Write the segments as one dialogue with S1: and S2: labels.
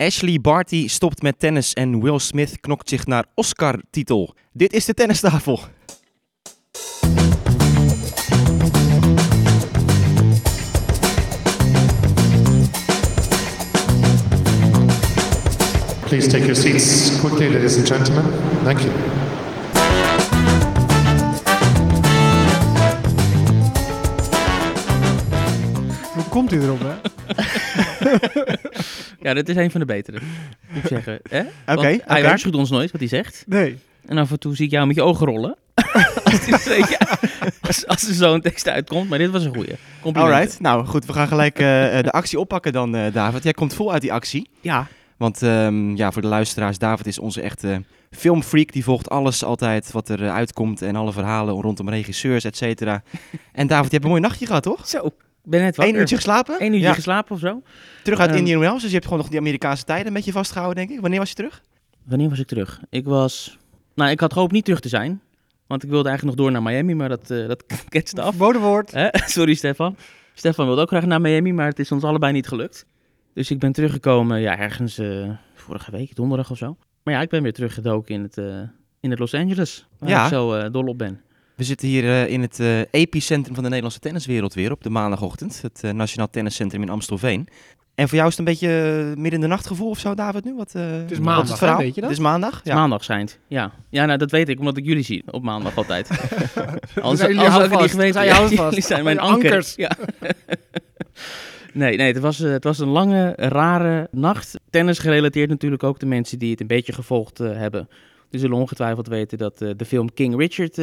S1: Ashley Barty stopt met tennis en Will Smith knokt zich naar Oscar-titel. Dit is de tennistafel.
S2: Please take your seats quickly, ladies and gentlemen. Thank you.
S3: Hoe komt u erop, hè?
S4: Ja, dit is een van de betere, moet ik zeggen.
S1: Oké.
S4: Hij waarschuwt ons nooit wat hij zegt.
S3: Nee.
S4: En af en toe zie ik jou met je ogen rollen. als er zo'n tekst uitkomt. Maar dit was een goeie. Complimenten.
S1: Alright, nou goed, we gaan gelijk de actie oppakken dan, David. Jij komt vol uit die actie.
S4: Ja.
S1: Want voor de luisteraars, David is onze echte filmfreak. Die volgt alles altijd wat er uitkomt en alle verhalen rondom regisseurs, et cetera. En David, je hebt een mooi nachtje gehad, toch?
S4: Zo, ik ben net wakker.
S1: 1 uurtje geslapen?
S4: 1 uurtje geslapen of zo.
S1: Terug uit Indian Wells, dus je hebt gewoon nog die Amerikaanse tijden een beetje vastgehouden, denk ik. Wanneer was je terug?
S4: Wanneer was ik terug? Ik had gehoopt niet terug te zijn. Want ik wilde eigenlijk nog door naar Miami, maar dat ketste af.
S3: Verboden woord.
S4: Sorry, Stefan. Stefan wilde ook graag naar Miami, maar het is ons allebei niet gelukt. Dus ik ben teruggekomen, ergens vorige week, donderdag of zo. Maar ja, ik ben weer teruggedoken in het Los Angeles, waar ik zo dol op ben.
S1: We zitten hier in het epicentrum van de Nederlandse tenniswereld weer op de maandagochtend. Het Nationaal Tenniscentrum in Amstelveen. En voor jou is het een beetje midden in de nacht gevoel of zo, David, nu?
S3: Het is maandag,
S1: het verhaal?
S3: weet je dat?
S1: Het is maandag?
S4: Het is maandag schijnt, ja. Ja, nou, dat weet ik, omdat ik jullie zie op maandag altijd. Anders
S3: jullie
S4: had ik het niet
S3: vast.
S4: geweten.
S3: Zij houden vast.
S4: Jullie zijn mijn
S3: Ankers.
S4: ankers. Ja. Nee, het was een lange, rare nacht. Tennis gerelateerd natuurlijk ook. De mensen die het een beetje gevolgd hebben, die zullen ongetwijfeld weten dat de film King Richard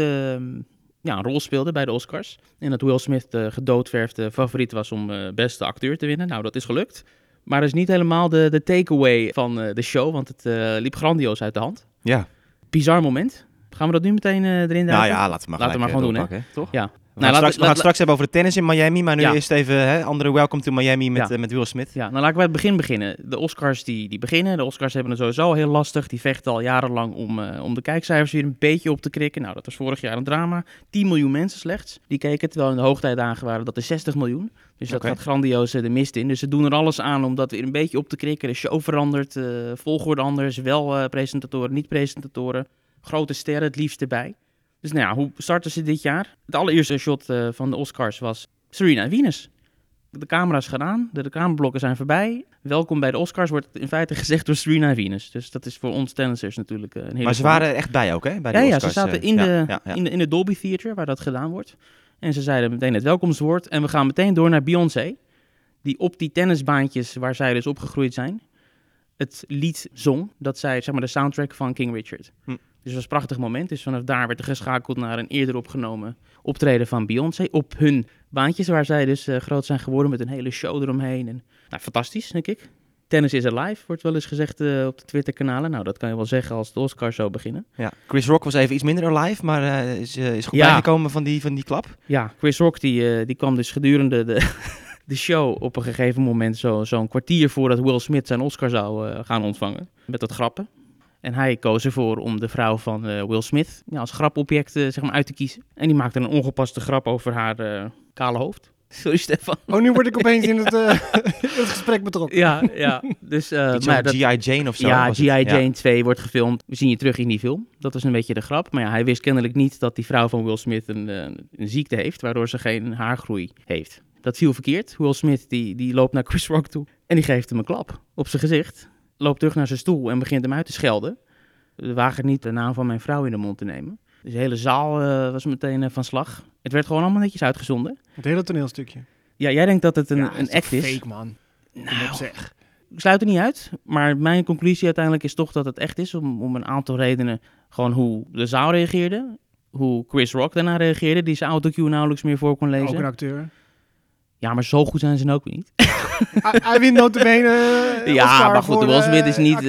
S4: een rol speelde bij de Oscars. En dat Will Smith de gedoodverfde favoriet was om beste acteur te winnen. Nou, dat is gelukt. Maar dat is niet helemaal de takeaway van de show, want het liep grandioos uit de hand.
S1: Ja.
S4: Bizar moment. Gaan we dat nu meteen erin duiken?
S1: Nou ja, laten we
S4: maar gewoon doen, hè?
S1: Toch?
S4: Ja.
S1: We gaan het straks hebben over de tennis in Miami, maar nu eerst even andere Welcome to Miami met Will Smith.
S4: Ja, nou laten we bij het begin beginnen. De Oscars die beginnen. De Oscars hebben het sowieso heel lastig. Die vechten al jarenlang om de kijkcijfers weer een beetje op te krikken. Nou, dat was vorig jaar een drama. 10 miljoen mensen slechts. Die keken, terwijl in de hoogtijdagen waren dat er 60 miljoen. Dus dat gaat grandioos de mist in. Dus ze doen er alles aan om dat weer een beetje op te krikken. De show verandert, volgorde anders. Wel presentatoren, niet presentatoren. Grote sterren het liefst erbij. Dus nou ja, hoe starten ze dit jaar? Het allereerste shot van de Oscars was Serena en Venus. De camera's gaan aan, de camerablokken zijn voorbij. Welkom bij de Oscars wordt in feite gezegd door Serena en Venus. Dus dat is voor ons tennissers natuurlijk een hele...
S1: Maar ze waren echt bij ook, hè? Bij de Oscars.
S4: Ja, ze zaten in de Dolby Theater, waar dat gedaan wordt. En ze zeiden meteen het welkomstwoord. En we gaan meteen door naar Beyoncé, die op die tennisbaantjes waar zij dus opgegroeid zijn, het lied zong. Dat zij, zeg maar, de soundtrack van King Richard. Dus dat was een prachtig moment. Dus vanaf daar werd er geschakeld naar een eerder opgenomen optreden van Beyoncé op hun baantjes, waar zij dus groot zijn geworden met een hele show eromheen. En, nou, fantastisch, denk ik. Tennis is alive, wordt wel eens gezegd op de Twitter-kanalen. Nou, dat kan je wel zeggen als de Oscars zo beginnen. Ja,
S1: Chris Rock was even iets minder alive, maar is goed bijgekomen van die klap.
S4: Ja, Chris Rock die kwam dus gedurende de show op een gegeven moment zo'n kwartier voordat Will Smith zijn Oscar zou gaan ontvangen. Met dat grappen. En hij koos ervoor om de vrouw van Will Smith als grapobject zeg maar uit te kiezen. En die maakte een ongepaste grap over haar kale hoofd. Sorry, Stefan.
S3: Oh, nu word ik opeens in het gesprek betrokken.
S4: Ja. Dus,
S1: G.I. Jane of zo?
S4: Ja, G.I. Jane 2 wordt gefilmd. We zien je terug in die film. Dat was een beetje de grap. Maar ja, hij wist kennelijk niet dat die vrouw van Will Smith een ziekte heeft, waardoor ze geen haargroei heeft. Dat viel verkeerd. Will Smith die loopt naar Chris Rock toe en die geeft hem een klap op zijn gezicht. Loopt terug naar zijn stoel en begint hem uit te schelden. We wagen niet de naam van mijn vrouw in de mond te nemen. Dus de hele zaal was meteen van slag. Het werd gewoon allemaal netjes uitgezonden.
S3: Het hele toneelstukje.
S4: Ja, jij denkt dat het een act is.
S3: Fake, man.
S4: Nou, zeg. Ik sluit er niet uit. Maar mijn conclusie uiteindelijk is toch dat het echt is. Om een aantal redenen. Gewoon hoe de zaal reageerde. Hoe Chris Rock daarna reageerde. Die zijn autocue nauwelijks meer voor kon lezen.
S3: Ook een acteur.
S4: Ja, maar zo goed zijn ze ook weer niet.
S3: Hij wint notabene
S4: ja, maar goed, de Will Smith is niet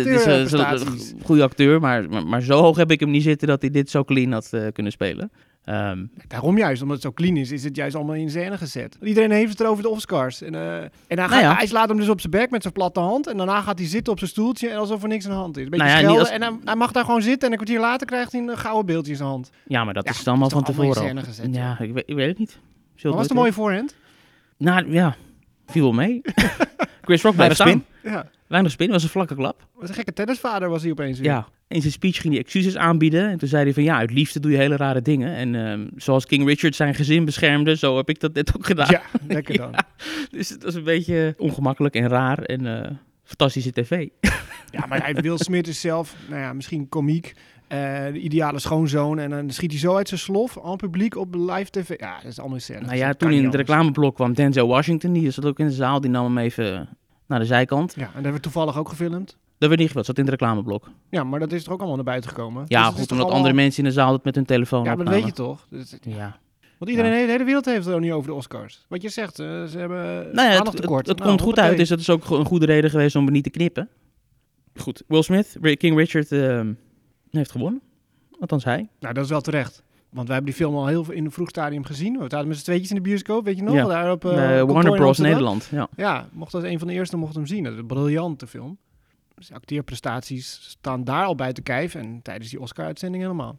S4: een goede acteur. Maar zo hoog heb ik hem niet zitten dat hij dit zo clean had kunnen spelen.
S3: Daarom juist, omdat het zo clean is het juist allemaal in scène gezet. Iedereen heeft het erover de Oscars. En hij slaat hem dus op zijn bek met zijn platte hand. En daarna gaat hij zitten op zijn stoeltje en alsof er niks aan de hand is. Een beetje schelden. En hij mag daar gewoon zitten en een kwartier later krijgt hij een gouden beeldje in zijn hand.
S4: Ja, maar dat is allemaal van tevoren
S3: allemaal in scène gezet.
S4: Ja, ik weet het niet.
S3: Was het een mooie voorhand?
S4: Nou ja, viel wel mee. Chris Rock blijft staan.
S3: Ja.
S4: Weinig spin, was een vlakke klap.
S3: Wat een gekke tennisvader was hij opeens weer.
S4: Ja, in zijn speech ging hij excuses aanbieden. En toen zei hij van ja, uit liefde doe je hele rare dingen. En zoals King Richard zijn gezin beschermde, zo heb ik dat net ook gedaan.
S3: Ja, lekker dan.
S4: Ja, dus het was een beetje ongemakkelijk en raar en fantastische tv.
S3: Ja, maar Will Smith is zelf, misschien komiek. De ideale schoonzoon. En dan schiet hij zo uit zijn slof aan publiek op live tv. Ja, dat is allemaal scène.
S4: Nou ja, toen in het reclameblok kwam Denzel Washington. Die zat ook in de zaal. Die nam hem even naar de zijkant.
S3: Ja, en dat hebben we toevallig ook gefilmd.
S4: Dat werd niet gefilmd, zat in het reclameblok.
S3: Ja, maar dat is er ook allemaal naar buiten gekomen.
S4: Ja,
S3: dus
S4: goed, omdat andere mensen in de zaal het met hun telefoon
S3: Ja, maar dat weet je toch?
S4: Ja.
S3: Want iedereen, de hele wereld heeft het ook niet over de Oscars. Wat je zegt, ze hebben aandachttekort.
S4: Het komt goed uit, dus dat is ook een goede reden geweest om het niet te knippen. Goed, Will Smith, King Richard heeft gewonnen. Althans hij.
S3: Nou, dat is wel terecht. Want wij hebben die film al heel veel in een vroeg stadium gezien. We zaten met z'n tweetjes in de bioscoop, weet je nog?
S4: Ja.
S3: Daar op
S4: Warner Bros. Nederland.
S3: Ja, mocht als een van de eerste mocht hem zien. Dat is een briljante film. Dus de acteerprestaties staan daar al buiten kijf. En tijdens die Oscar-uitzending helemaal.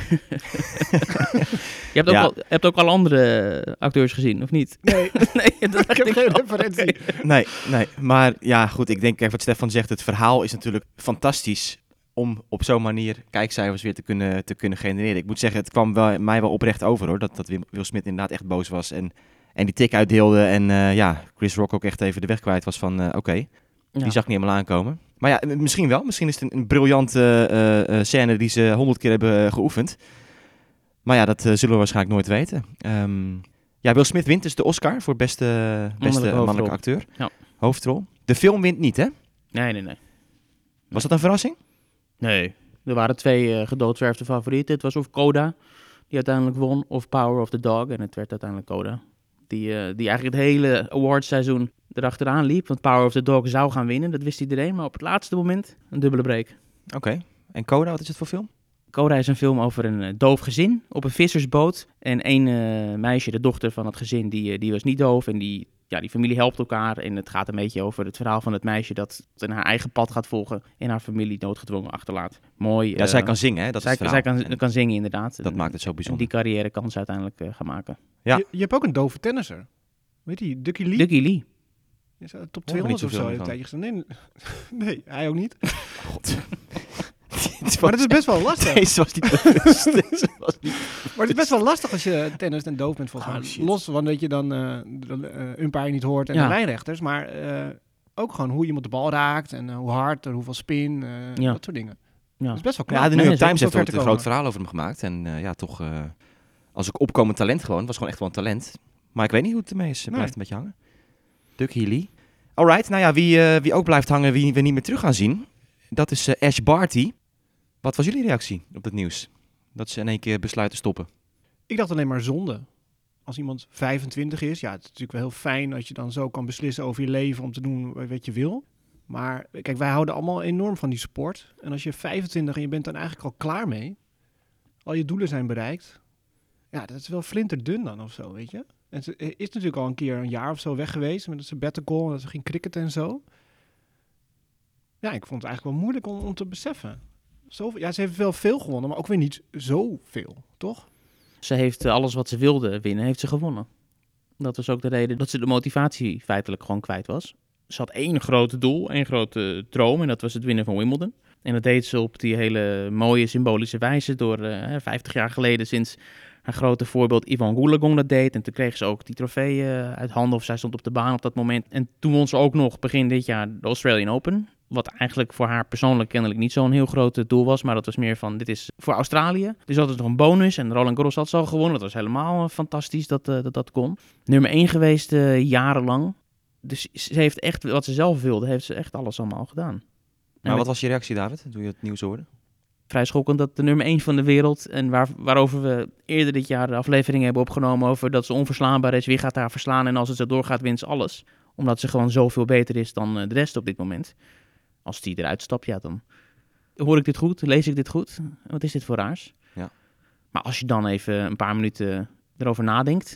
S4: Je hebt ook al andere acteurs gezien, of niet?
S3: Nee,
S4: nee dat
S3: ik heb geen referentie.
S1: Nee, maar ja, goed, ik denk, kijk, wat Stefan zegt, het verhaal is natuurlijk fantastisch om op zo'n manier kijkcijfers weer te kunnen genereren. Ik moet zeggen, het kwam mij wel oprecht over, hoor, dat Will Smith inderdaad echt boos was en die tik uitdeelde en Chris Rock ook echt even de weg kwijt was van oké. Die zag ik niet helemaal aankomen. Maar ja, misschien wel. Misschien is het een briljante scène die ze 100 keer hebben geoefend. Maar ja, dat zullen we waarschijnlijk nooit weten. Will Smith wint dus de Oscar voor beste mannelijke acteur.
S4: Ja.
S1: Hoofdrol. De film wint niet, hè?
S4: Nee.
S1: Was dat een verrassing?
S4: Nee. Er waren 2 gedoodverfde favorieten. Het was of Coda, die uiteindelijk won, of Power of the Dog. En het werd uiteindelijk Coda. Die eigenlijk het hele awardseizoen erachteraan liep. Want Power of the Dog zou gaan winnen, dat wist iedereen. Maar op het laatste moment een dubbele break.
S1: Oké. En Coda, wat is het voor film?
S4: Coda is een film over een doof gezin op een vissersboot. En één meisje, de dochter van het gezin, die was niet doof. En die familie helpt elkaar. En het gaat een beetje over het verhaal van het meisje dat in haar eigen pad gaat volgen. En haar familie noodgedwongen achterlaat. Mooi.
S1: Ja, zij kan zingen, hè? Dat is het verhaal.
S4: Zij kan zingen, inderdaad.
S1: Dat maakt het zo bijzonder.
S4: En die carrière kan ze uiteindelijk gaan maken.
S1: Ja.
S3: Je hebt ook een dove tennisser. Weet je, Ducky Lee?
S4: Ducky Lee.
S3: Is dat top 200 of zo? Nee, hij ook niet.
S1: God.
S3: Maar het is best wel lastig.
S1: Deze was niet bewust.
S3: Maar het is best wel lastig als je tennis en doof bent volgens mij. Los van dat je dan de umpire niet hoort en de lijnrechters. Maar ook gewoon hoe iemand de bal raakt en hoe hard en hoeveel spin. Dat soort dingen. Ja. Dat is best wel knap.
S1: Ja, de New York Times heeft er een groot verhaal over hem gemaakt. En toch, als ik opkomend talent gewoon, was gewoon echt wel een talent. Maar ik weet niet hoe het ermee is. Blijft een beetje hangen. Ducky Lee. Alright, nou ja, wie ook blijft hangen, wie we niet meer terug gaan zien. Dat is Ash Barty. Wat was jullie reactie op het nieuws? Dat ze in één keer besluiten stoppen.
S3: Ik dacht alleen maar zonde. Als iemand 25 is, ja, het is natuurlijk wel heel fijn dat je dan zo kan beslissen over je leven om te doen wat je wil. Maar kijk, wij houden allemaal enorm van die sport. En als je 25 en je bent dan eigenlijk al klaar mee, al je doelen zijn bereikt, ja, dat is wel flinterdun dan of zo, weet je. En ze is natuurlijk al een keer een jaar of zo weg geweest met een sabbatical en dat ze ging cricketen en zo. Ja, ik vond het eigenlijk wel moeilijk om te beseffen. Zoveel, ze heeft wel veel gewonnen, maar ook weer niet zoveel, toch?
S4: Ze heeft alles wat ze wilde winnen, heeft ze gewonnen. Dat was ook de reden dat ze de motivatie feitelijk gewoon kwijt was. Ze had 1 grote doel, 1 grote droom en dat was het winnen van Wimbledon. En dat deed ze op die hele mooie symbolische wijze door 50 jaar geleden sinds haar grote voorbeeld Yvonne Goolagong dat deed. En toen kreeg ze ook die trofee uit handen of zij stond op de baan op dat moment. En toen won ze ook nog begin dit jaar de Australian Open. Wat eigenlijk voor haar persoonlijk kennelijk niet zo'n heel groot doel was. Maar dat was meer van, dit is voor Australië. Dus dat is nog een bonus. En Roland Garros had ze al gewonnen. Dat was helemaal fantastisch dat kon. Nummer 1 geweest jarenlang. Dus ze heeft echt, wat ze zelf wilde, heeft ze echt alles allemaal gedaan.
S1: Maar wat was je reactie, David, toen je het nieuws hoorde?
S4: Vrij schokkend dat de nummer 1 van de wereld, en waarover we eerder dit jaar de aflevering hebben opgenomen over dat ze onverslaanbaar is, wie gaat haar verslaan en als het zo doorgaat wint ze alles. Omdat ze gewoon zoveel beter is dan de rest op dit moment. Als die eruit stapt, ja, dan hoor ik dit goed, lees ik dit goed. Wat is dit voor raars?
S1: Ja.
S4: Maar als je dan even een paar minuten erover nadenkt,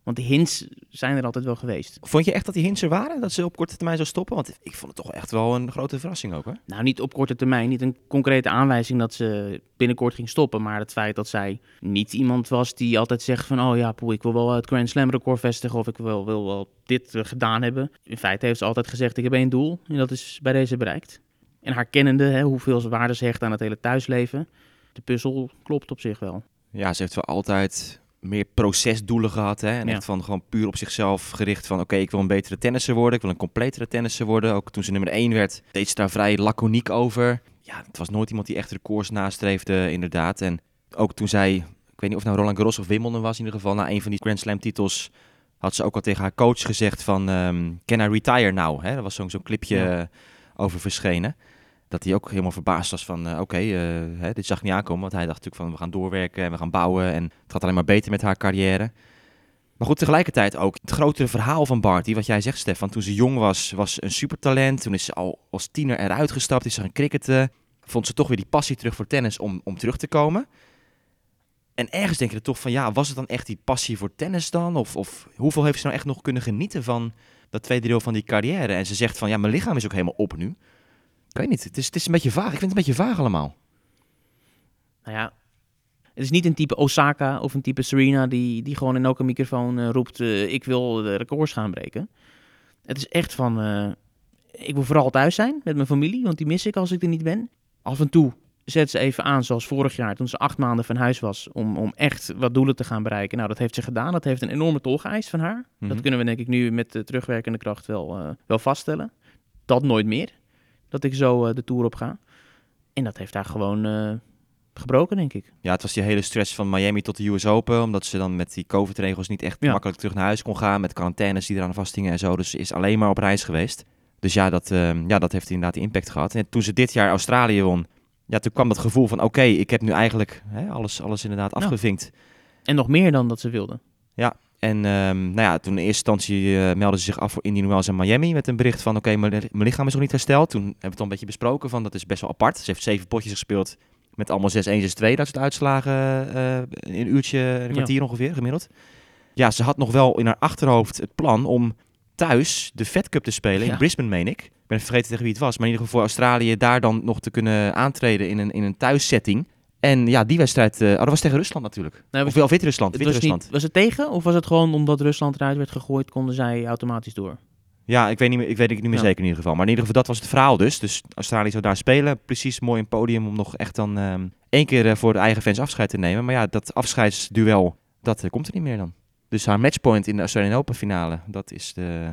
S4: Want de hints zijn er altijd wel geweest.
S1: Vond je echt dat die hints er waren? Dat ze op korte termijn zou stoppen? Want ik vond het toch echt wel een grote verrassing ook, hè?
S4: Nou, niet op korte termijn. Niet een concrete aanwijzing dat ze binnenkort ging stoppen. Maar het feit dat zij niet iemand was die altijd zegt van... oh ja, ik wil wel het Grand Slam record vestigen... of ik wil wel dit gedaan hebben. In feite heeft ze altijd gezegd, ik heb 1 doel. En dat is bij deze bereikt. En haar kennende, hoeveel waarde ze hecht aan het hele thuisleven... de puzzel klopt op zich wel.
S1: Ja, ze heeft wel altijd meer procesdoelen gehad. Hè? En echt van gewoon puur op zichzelf gericht van... oké, ik wil een betere tennisser worden. Ik wil een completere tennisser worden. Ook toen ze nummer 1 werd, deed ze daar vrij laconiek over. Ja, het was nooit iemand die echt records nastreefde, inderdaad. En ook toen zij, ik weet niet of het nou Roland Garros of Wimbledon was... in ieder geval, na een van die Grand Slam titels... had ze ook al tegen haar coach gezegd van... can I retire now? Hè? Er was zo'n clipje over verschenen. Dat hij ook helemaal verbaasd was van, dit zag niet aankomen. Want hij dacht natuurlijk van, we gaan doorwerken en we gaan bouwen. En het gaat alleen maar beter met haar carrière. Maar goed, tegelijkertijd ook het grotere verhaal van Barty. Wat jij zegt, Stefan, toen ze jong was een supertalent. Toen is ze al als tiener eruit gestapt, is ze gaan cricketen. Vond ze toch weer die passie terug voor tennis om terug te komen. En ergens denk je er toch van, ja, was het dan echt die passie voor tennis dan? Of hoeveel heeft ze nou echt nog kunnen genieten van dat tweede deel van die carrière? En ze zegt van, ja, mijn lichaam is ook helemaal op nu. Ik weet niet, het is een beetje vaag. Ik vind het een beetje vaag allemaal.
S4: Nou ja, het is niet een type Osaka of een type Serena die gewoon in elke microfoon roept... ik wil de records gaan breken. Het is echt van, ik wil vooral thuis zijn met mijn familie, want die mis ik als ik er niet ben. Af en toe zet ze even aan, zoals vorig jaar toen ze 8 maanden van huis was... om echt wat doelen te gaan bereiken. Nou, dat heeft ze gedaan. Dat heeft een enorme tol geëist van haar. Mm-hmm. Dat kunnen we denk ik nu met de terugwerkende kracht wel vaststellen. Dat nooit meer. Dat ik zo de Tour op ga. En dat heeft haar gewoon gebroken, denk ik.
S1: Ja, het was die hele stress van Miami tot de US Open. Omdat ze dan met die COVID-regels niet echt makkelijk terug naar huis kon gaan. Met quarantaines die eraan vasthingen en zo. Dus ze is alleen maar op reis geweest. Dus dat heeft inderdaad die impact gehad. En toen ze dit jaar Australië won... Ja, toen kwam dat gevoel van oké, ik heb nu eigenlijk alles inderdaad afgevinkt.
S4: En nog meer dan dat ze wilde.
S1: Ja. En toen in eerste instantie meldden ze zich af voor Indian Wells en Miami met een bericht van oké, mijn lichaam is nog niet hersteld. Toen hebben we het al een beetje besproken van dat is best wel apart. Ze heeft 7 potjes gespeeld met allemaal 6-1, 6-2. Dat soort uitslagen in een uurtje, een kwartier ongeveer gemiddeld. Ja, ze had nog wel in haar achterhoofd het plan om thuis de Fed Cup te spelen in Brisbane, meen ik. Ik ben vergeten tegen wie het was, maar in ieder geval voor Australië daar dan nog te kunnen aantreden in een thuissetting. En ja, die wedstrijd, dat was tegen Rusland natuurlijk. Nee, of wel Wit-Rusland.
S4: Was het tegen of was het gewoon omdat Rusland eruit werd gegooid, konden zij automatisch door?
S1: Ja, ik weet het niet meer zeker in ieder geval. Maar in ieder geval, dat was het verhaal dus. Dus Australië zou daar spelen. Precies mooi een podium om nog echt dan 1 keer voor de eigen fans afscheid te nemen. Maar ja, dat afscheidsduel, dat komt er niet meer dan. Dus haar matchpoint in de Australian Open finale, dat is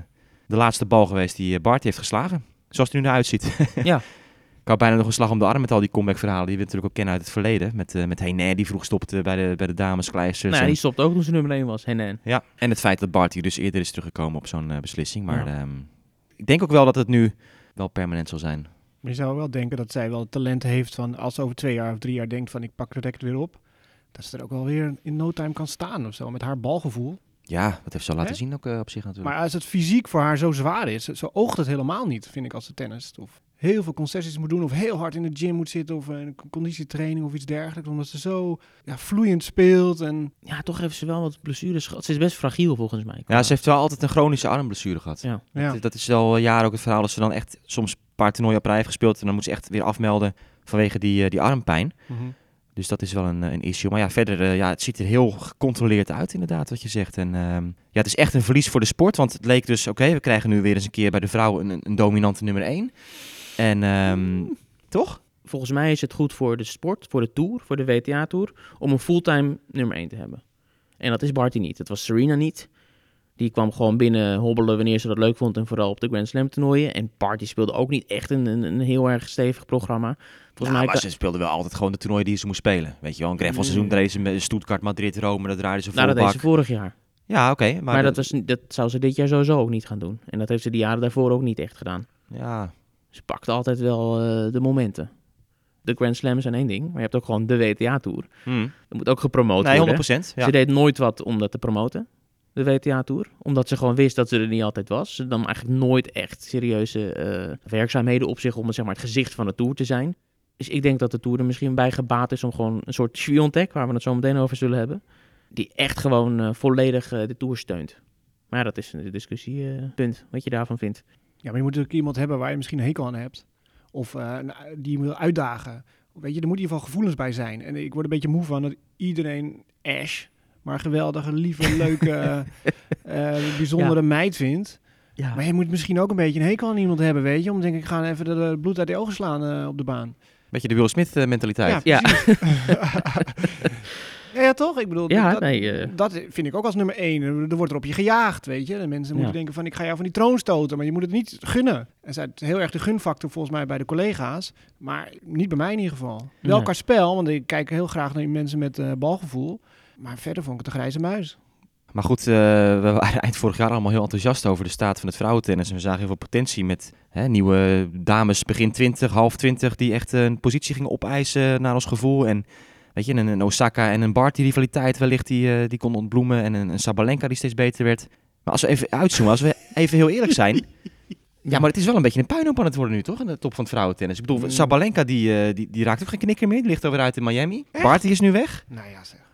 S1: de laatste bal geweest die Barty heeft geslagen. Zoals het er nu naar uitziet.
S4: Ja.
S1: Ik had bijna nog een slag om de arm met al die comeback-verhalen die we natuurlijk ook kennen uit het verleden. Met Henin die vroeg stopte bij de dames, Kleisters.
S4: Nou, die stopte ook toen ze nummer 1 was, Henin.
S1: Ja, en het feit dat Barty dus eerder is teruggekomen op zo'n beslissing. Maar ik denk ook wel dat het nu wel permanent zal zijn.
S3: Maar je zou wel denken dat zij wel het talent heeft van als ze over 2 jaar of 3 jaar denkt van ik pak de racket weer op. Dat ze er ook wel weer in no time kan staan of zo, met haar balgevoel.
S1: Ja, dat heeft ze al laten zien ook op zich natuurlijk.
S3: Maar als het fysiek voor haar zo zwaar is, zo oogt het helemaal niet, vind ik, als ze tennist. Of heel veel concessies moet doen, of heel hard in de gym moet zitten, of een conditietraining of iets dergelijks. Omdat ze zo vloeiend speelt. En
S4: ja, toch heeft ze wel wat blessures gehad. Ze is best fragiel volgens mij.
S1: Ja, ze heeft wel altijd een chronische armblessure gehad.
S4: Ja.
S1: Dat is al jaren ook het verhaal dat ze dan echt soms een paar toernooien op rij heeft gespeeld. En dan moet ze echt weer afmelden vanwege die armpijn.
S3: Mm-hmm.
S1: Dus dat is wel een issue. Maar ja, verder, het ziet er heel gecontroleerd uit inderdaad, wat je zegt. En het is echt een verlies voor de sport. Want het leek dus, we krijgen nu weer eens een keer bij de vrouwen een dominante nummer 1. En toch?
S4: Volgens mij is het goed voor de sport, voor de Tour, voor de WTA-tour, om een fulltime nummer 1 te hebben. En dat is Barty niet. Dat was Serena niet. Die kwam gewoon binnen hobbelen wanneer ze dat leuk vond en vooral op de Grand Slam toernooien. En Barty speelde ook niet echt een heel erg stevig programma.
S1: Maar ze speelde wel altijd gewoon de toernooien die ze moest spelen. Weet je wel, een greffelseizoen dreef ze met Stuttgart, Madrid, Rome, dat draaide ze vol bak.
S4: Dat deed ze vorig jaar.
S1: Ja, oké.
S4: Maar dat zou ze dit jaar sowieso ook niet gaan doen. En dat heeft ze de jaren daarvoor ook niet echt gedaan.
S1: Ja.
S4: Ze pakte altijd wel de momenten. De Grand Slams zijn 1 ding, maar je hebt ook gewoon de WTA-tour. Dat moet ook gepromoot worden.
S1: 100%. Ja.
S4: Ze deed nooit wat om dat te promoten, de WTA-tour. Omdat ze gewoon wist dat ze er niet altijd was. Ze nam eigenlijk nooit echt serieuze werkzaamheden op zich om zeg maar, het gezicht van de Tour te zijn. Dus ik denk dat de Tour er misschien bij gebaat is om gewoon een soort Swiatek, waar we het zo meteen over zullen hebben. die echt gewoon volledig de Tour steunt. Maar dat is een discussiepunt, wat je daarvan vindt.
S3: Ja, maar je moet natuurlijk iemand hebben waar je misschien een hekel aan hebt. Of die je wil uitdagen. Weet je, er moet in ieder geval gevoelens bij zijn. En ik word een beetje moe van dat iedereen Ash maar geweldige, lieve, leuke, bijzondere meid vindt. Ja. Maar je moet misschien ook een beetje een hekel aan iemand hebben, weet je. Om te denken, ik ga even de bloed uit de ogen slaan op de baan.
S1: Beetje de Will Smith mentaliteit.
S3: Ja, ja, toch? Ik bedoel, dat vind ik ook als nummer 1. Er wordt er op je gejaagd, weet je. De mensen moeten denken van, ik ga jou van die troon stoten. Maar je moet het niet gunnen. Er zit heel erg de gunfactor volgens mij bij de collega's. Maar niet bij mij in ieder geval. Wel qua spel, want ik kijk heel graag naar mensen met balgevoel. Maar verder vond ik het een grijze muis.
S1: Maar goed, we waren eind vorig jaar allemaal heel enthousiast over de staat van het vrouwentennis. En we zagen heel veel potentie met nieuwe dames begin 20, half 20... die echt een positie gingen opeisen naar ons gevoel. En weet je, een Osaka en een Barty-rivaliteit wellicht die kon ontbloemen. En een Sabalenka die steeds beter werd. Maar als we even uitzoomen, als we even heel eerlijk zijn... Ja, maar het is wel een beetje een puinhoop aan het worden nu, toch? Aan de top van het vrouwentennis. Ik bedoel, Sabalenka die raakt ook geen knikker meer. Die ligt over uit in Miami. Echt? Barty is nu weg.
S3: Nou ja, zeg.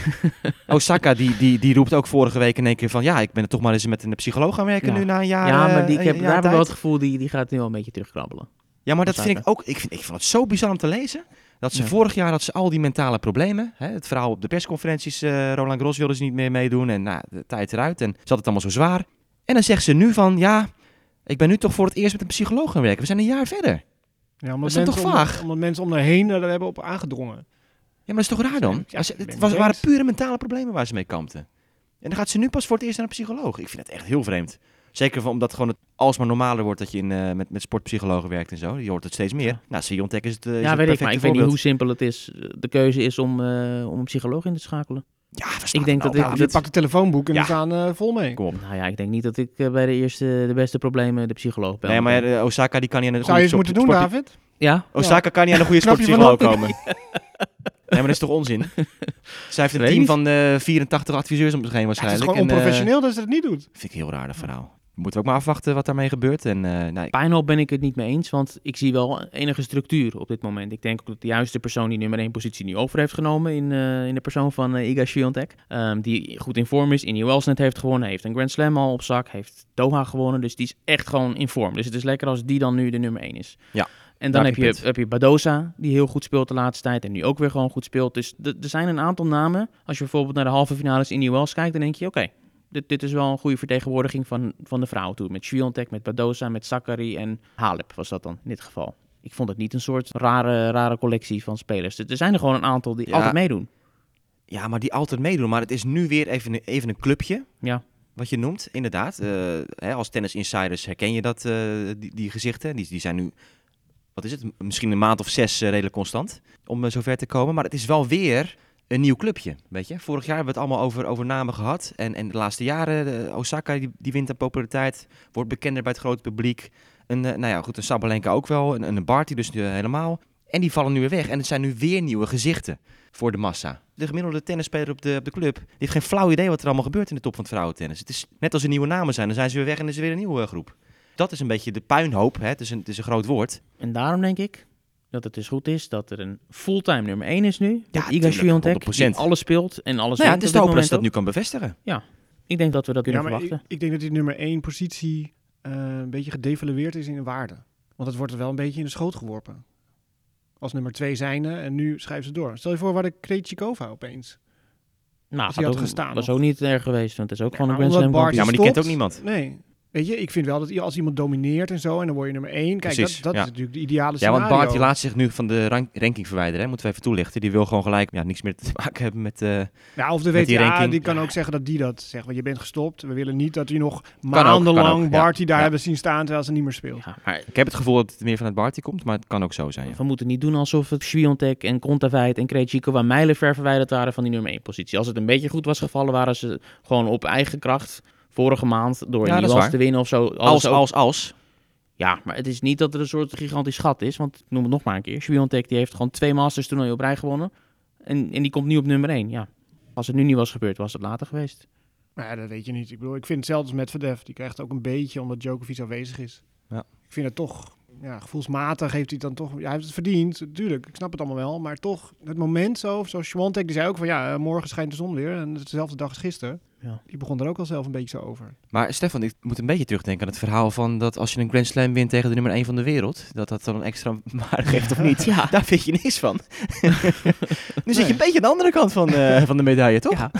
S1: Osaka die roept ook vorige week in één keer van... ja, ik ben er toch maar eens met een psycholoog gaan werken nu na een jaar.
S4: Ja, maar daar heb ik wel het gevoel, die gaat nu wel een beetje terugkrabbelen.
S1: Ja, maar dat vind ik ook... Ik vond het zo bizar om te lezen. Dat ze vorig jaar had ze al die mentale problemen. Het verhaal op de persconferenties, Roland Garros wilde ze niet meer meedoen. En de tijd eruit. En ze had het allemaal zo zwaar. En dan zegt ze nu van... ja, ik ben nu toch voor het eerst met een psycholoog gaan werken. We zijn een jaar verder.
S3: Ja, omdat
S1: dat is toch vaag?
S3: Omdat mensen om haar heen er hebben op aangedrongen.
S1: Ja, maar dat is toch raar dan?
S3: Ja,
S1: het waren pure mentale problemen waar ze mee kampten. En dan gaat ze nu pas voor het eerst naar een psycholoog. Ik vind het echt heel vreemd. Zeker omdat gewoon het alsmaar normaler wordt dat je met sportpsychologen werkt en zo. Je hoort het steeds meer. Ja. Nou, Swiatek is het
S4: weet ik, maar ik
S1: voorbeeld.
S4: weet niet hoe simpel het is. De keuze is om een psycholoog in te schakelen.
S1: Ja,
S4: ik denk dat
S3: je pakt het telefoonboek en we gaan vol mee.
S1: Kom op.
S4: Nou ja, ik denk niet dat ik bij de beste problemen de psycholoog ben.
S1: Nee, maar Osaka die kan niet aan een
S3: Zou je eens moeten doen, David?
S4: Ja?
S1: Osaka kan niet aan een goede sportpsycholoog komen. Nee, maar dat is toch onzin? Zij heeft een team van 84 adviseurs om zich heen waarschijnlijk.
S3: Het is gewoon onprofessioneel dat ze het niet doet.
S1: Vind ik heel raar, dat verhaal. Moeten we ook maar afwachten wat daarmee gebeurt.
S4: Puinhoop ben ik het niet mee eens, want ik zie wel enige structuur op dit moment. Ik denk ook dat de juiste persoon die nummer 1 positie nu over heeft genomen in de persoon van Iga Swiatek. Die goed in vorm is, in Wells net heeft gewonnen, heeft een Grand Slam al op zak, heeft Doha gewonnen. Dus die is echt gewoon in vorm. Dus het is lekker als die dan nu de nummer 1 is.
S1: Ja.
S4: En dan heb je Badosa, die heel goed speelt de laatste tijd en nu ook weer gewoon goed speelt. Dus er zijn een aantal namen. Als je bijvoorbeeld naar de halve finales in Wells kijkt, dan denk je, oké, dit is wel een goede vertegenwoordiging van de vrouwen toe. Met Swiatek, met Badosa, met Sakkari en Halep was dat dan in dit geval. Ik vond het niet een soort rare collectie van spelers. Er zijn er gewoon een aantal die altijd meedoen.
S1: Ja, maar die altijd meedoen. Maar het is nu weer even een clubje.
S4: Ja.
S1: Wat je noemt, inderdaad. Als tennis insiders herken je dat, die gezichten. Die zijn nu... Wat is het? Misschien een maand of 6 redelijk constant om zover te komen. Maar het is wel weer een nieuw clubje, weet je. Vorig jaar hebben we het allemaal over namen gehad. En de laatste jaren, Osaka die wint aan populariteit. Wordt bekender bij het grote publiek. Een Sabalenka ook wel. Een Barty dus helemaal. En die vallen nu weer weg. En het zijn nu weer nieuwe gezichten voor de massa. De gemiddelde tennisspeler op de club die heeft geen flauw idee wat er allemaal gebeurt in de top van het vrouwentennis. Het is net als er nieuwe namen zijn. Dan zijn ze weer weg en is er weer een nieuwe groep. Dat is een beetje de puinhoop. Hè? Het is een groot woord.
S4: En daarom denk ik dat het dus goed is dat er een fulltime nummer 1 is nu.
S1: Ja,
S4: Iga Swiatek, die alles speelt en alles wint.
S1: Het is te hopen dat ze dat nu kan bevestigen.
S4: Ja, ik denk dat we dat kunnen verwachten.
S3: Ik denk dat die nummer 1 positie een beetje gedevalueerd is in waarde. Want het wordt er wel een beetje in de schoot geworpen. Als nummer 2 zijnde en nu schrijven ze door. Stel je voor waar de Krejcikova opeens.
S4: Nou, dat was ook niet erg geweest, want het is ook gewoon een Grand
S1: Slam.
S4: Ja,
S1: maar die kent ook niemand.
S3: Nee. Weet je, ik vind wel dat als iemand domineert en zo en dan word je nummer 1. Kijk, dat is natuurlijk de ideale scenario.
S1: Ja, want Barty laat zich nu van de ranking verwijderen. Hè? Moeten we even toelichten. Die wil gewoon gelijk niks meer te maken hebben met
S3: of de WTA, die kan ook zeggen dat die dat zegt. Want je bent gestopt. We willen niet dat u nog maandenlang Barty daar hebben zien staan terwijl ze niet meer speelt.
S1: Ja, maar ik heb het gevoel dat het meer vanuit Barty komt, maar het kan ook zo zijn. Ja.
S4: We moeten niet doen alsof het Swiatek en Kontaveit en Krejcikova mijlenver verwijderd waren van die nummer 1 positie. Als het een beetje goed was gevallen, waren ze gewoon op eigen kracht vorige maand door in Wells te winnen of zo.
S1: Als.
S4: Ja, maar het is niet dat er een soort gigantisch gat is. Want ik noem het nog maar een keer. Swiatek die heeft gewoon 2 Masters toernooien op rij gewonnen. En die komt nu op nummer 1. Ja, als het nu niet was gebeurd, was het later geweest.
S3: Ja, dat weet je niet. Ik bedoel, ik vind hetzelfde als Medvedev. Die krijgt ook een beetje omdat Djokovic aanwezig is.
S1: Ja.
S3: Ik vind het toch gevoelsmatig heeft hij dan toch... Ja, hij heeft het verdiend, natuurlijk. Ik snap het allemaal wel. Maar toch, het moment zo, zoals Swiatek, die zei ook van... morgen schijnt de zon weer. En het is dezelfde dag als gisteren. Ja. Die begon er ook al zelf een beetje zo over.
S1: Maar Stefan, ik moet een beetje terugdenken aan het verhaal van... dat als je een Grand Slam wint tegen de nummer 1 van de wereld... dat dan een extra waarde geeft of niet. Ja. Daar vind je niks van. Nu zit je een beetje aan de andere kant van de medaille, toch? Ja.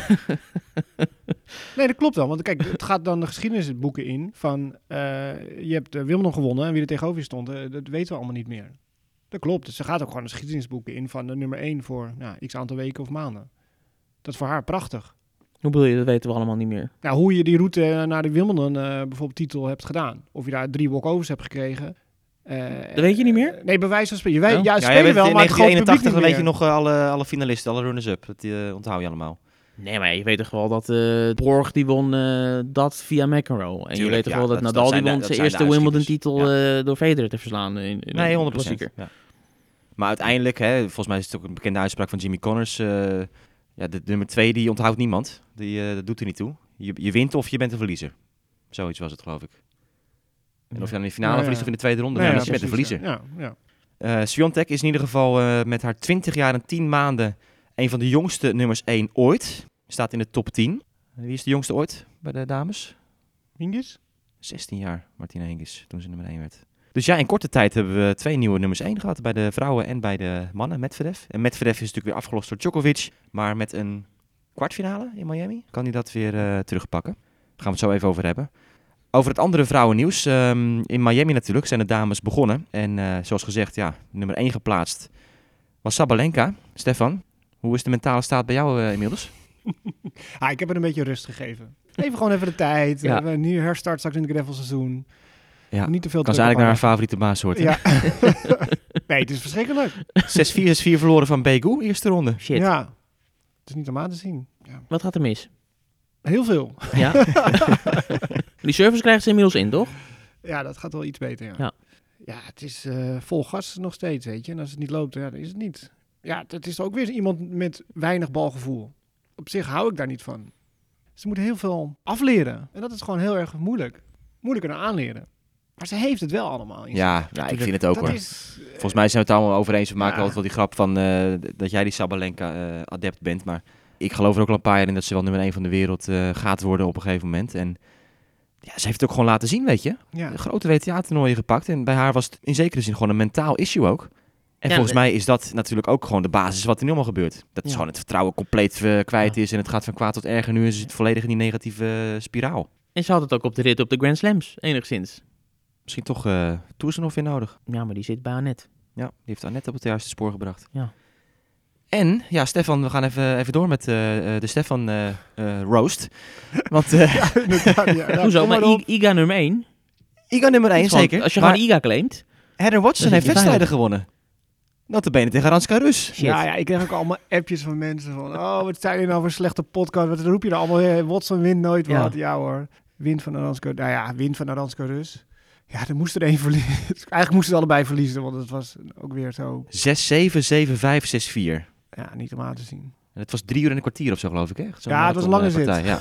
S3: Nee, dat klopt wel. Want kijk, het gaat dan de geschiedenisboeken in van... je hebt Wimbledon gewonnen en wie er tegenover je stond... dat weten we allemaal niet meer. Dat klopt. Dus ze gaat ook gewoon de geschiedenisboeken in van de nummer 1 voor x aantal weken of maanden. Dat is voor haar prachtig.
S4: Hoe bedoel je? Dat weten we allemaal niet meer.
S3: Nou, hoe je die route naar de Wimbledon bijvoorbeeld titel hebt gedaan. Of je daar 3 walkovers hebt gekregen.
S4: Dat weet je niet meer?
S3: Nee, bij wijze van spreken. Ja, spelen wel,
S1: in
S3: maar
S1: 1981 dan weet je nog alle finalisten, alle runners-up. Dat onthoud je allemaal.
S4: Nee, maar je weet toch wel dat Borg die won dat via McEnroe. En tuurlijk, je weet toch wel dat Nadal die won zijn eerste Wimbledon-titel door Federer te verslaan.
S1: Nee, 100%. Ja. Maar uiteindelijk, volgens mij is het ook een bekende uitspraak van Jimmy Connors... de nummer 2 die onthoudt niemand. Dat doet er niet toe. Je wint of je bent een verliezer. Zoiets was het, geloof ik. En of je dan in de finale verliest of in de tweede ronde, je bent een verliezer. Swiatek is in ieder geval met haar 20 jaar en 10 maanden... een van de jongste nummers 1 ooit. Staat in de top 10. Wie is de jongste ooit bij de dames?
S3: Hingis?
S1: 16 jaar, Martina Hingis, toen ze nummer 1 werd. Dus ja, in korte tijd hebben we 2 nieuwe nummers 1 gehad. Bij de vrouwen en bij de mannen, Medvedev. En Medvedev is natuurlijk weer afgelost door Djokovic. Maar met een kwartfinale in Miami kan hij dat weer terugpakken. Daar gaan we het zo even over hebben. Over het andere vrouwennieuws. In Miami natuurlijk zijn de dames begonnen. En zoals gezegd, nummer 1 geplaatst was Sabalenka. Stefan, hoe is de mentale staat bij jou inmiddels?
S3: Ik heb er een beetje rust gegeven. Even de tijd. We hebben een nieuwe herstart straks in het gravelseizoen. Ja, niet te veel
S1: kan ze eigenlijk naar haar favoriete baas soort.
S3: Ja. Nee, het is verschrikkelijk.
S1: 6-4 verloren van Begu, eerste ronde.
S4: Shit.
S3: Ja, het is niet om aan te zien. Ja.
S4: Wat gaat er mis?
S3: Heel veel.
S4: Ja. Die service krijgt ze inmiddels in, toch?
S3: Ja, dat gaat wel iets beter, ja. Het is vol gas nog steeds, weet je. En als het niet loopt, dan is het niet. Ja, het is ook weer iemand met weinig balgevoel. Op zich hou ik daar niet van. Ze moeten heel veel afleren. En dat is gewoon heel erg moeilijk. Moeilijker dan aanleren. Maar ze heeft het wel allemaal.
S1: Ja, ik vind het ook hoor. Volgens mij zijn we het allemaal over eens. We maken altijd wel die grap van dat jij die Sabalenka adept bent. Maar ik geloof er ook al een paar jaar in dat ze wel nummer 1 van de wereld gaat worden op een gegeven moment. En ze heeft het ook gewoon laten zien, weet je. Ja. De grote WTA-toernooien gepakt. En bij haar was het in zekere zin gewoon een mentaal issue ook. En volgens mij is dat natuurlijk ook gewoon de basis wat er nu allemaal gebeurt. Dat is gewoon het vertrouwen compleet kwijt is en het gaat van kwaad tot erger. Nu is het volledig in die negatieve spiraal.
S4: En ze had het ook op de rit op de Grand Slams, enigszins.
S1: Misschien toch Tours nog weer nodig.
S4: Ja, maar die zit bij Annette.
S1: Ja, die heeft Annette op het juiste spoor gebracht.
S4: Ja.
S1: En, Stefan, we gaan even door met de Stefan roast. Want,
S4: hoezo? Maar Iga nummer 1?
S1: Iga nummer 1, zeker.
S4: Als je gewoon Iga claimt.
S1: Heather Watson heeft wedstrijden gewonnen. Notabene tegen Aranska Rus.
S3: Ja, ik kreeg ook allemaal appjes van mensen van... wat zijn jullie nou voor een slechte podcast? Wat roep je nou allemaal? Watson wint nooit wat. Ja hoor, wint van Aranska... Nou ja, wint van Aranska Rus. Ja, er moest er één verliezen. Eigenlijk moesten ze allebei verliezen, want het was ook weer zo...
S1: 6-7, 7-5, 6-4.
S3: Ja, niet om aan te zien.
S1: En het was 3 uur en een kwartier of zo, geloof ik, hè?
S3: Het was een lange zit.
S1: Ja.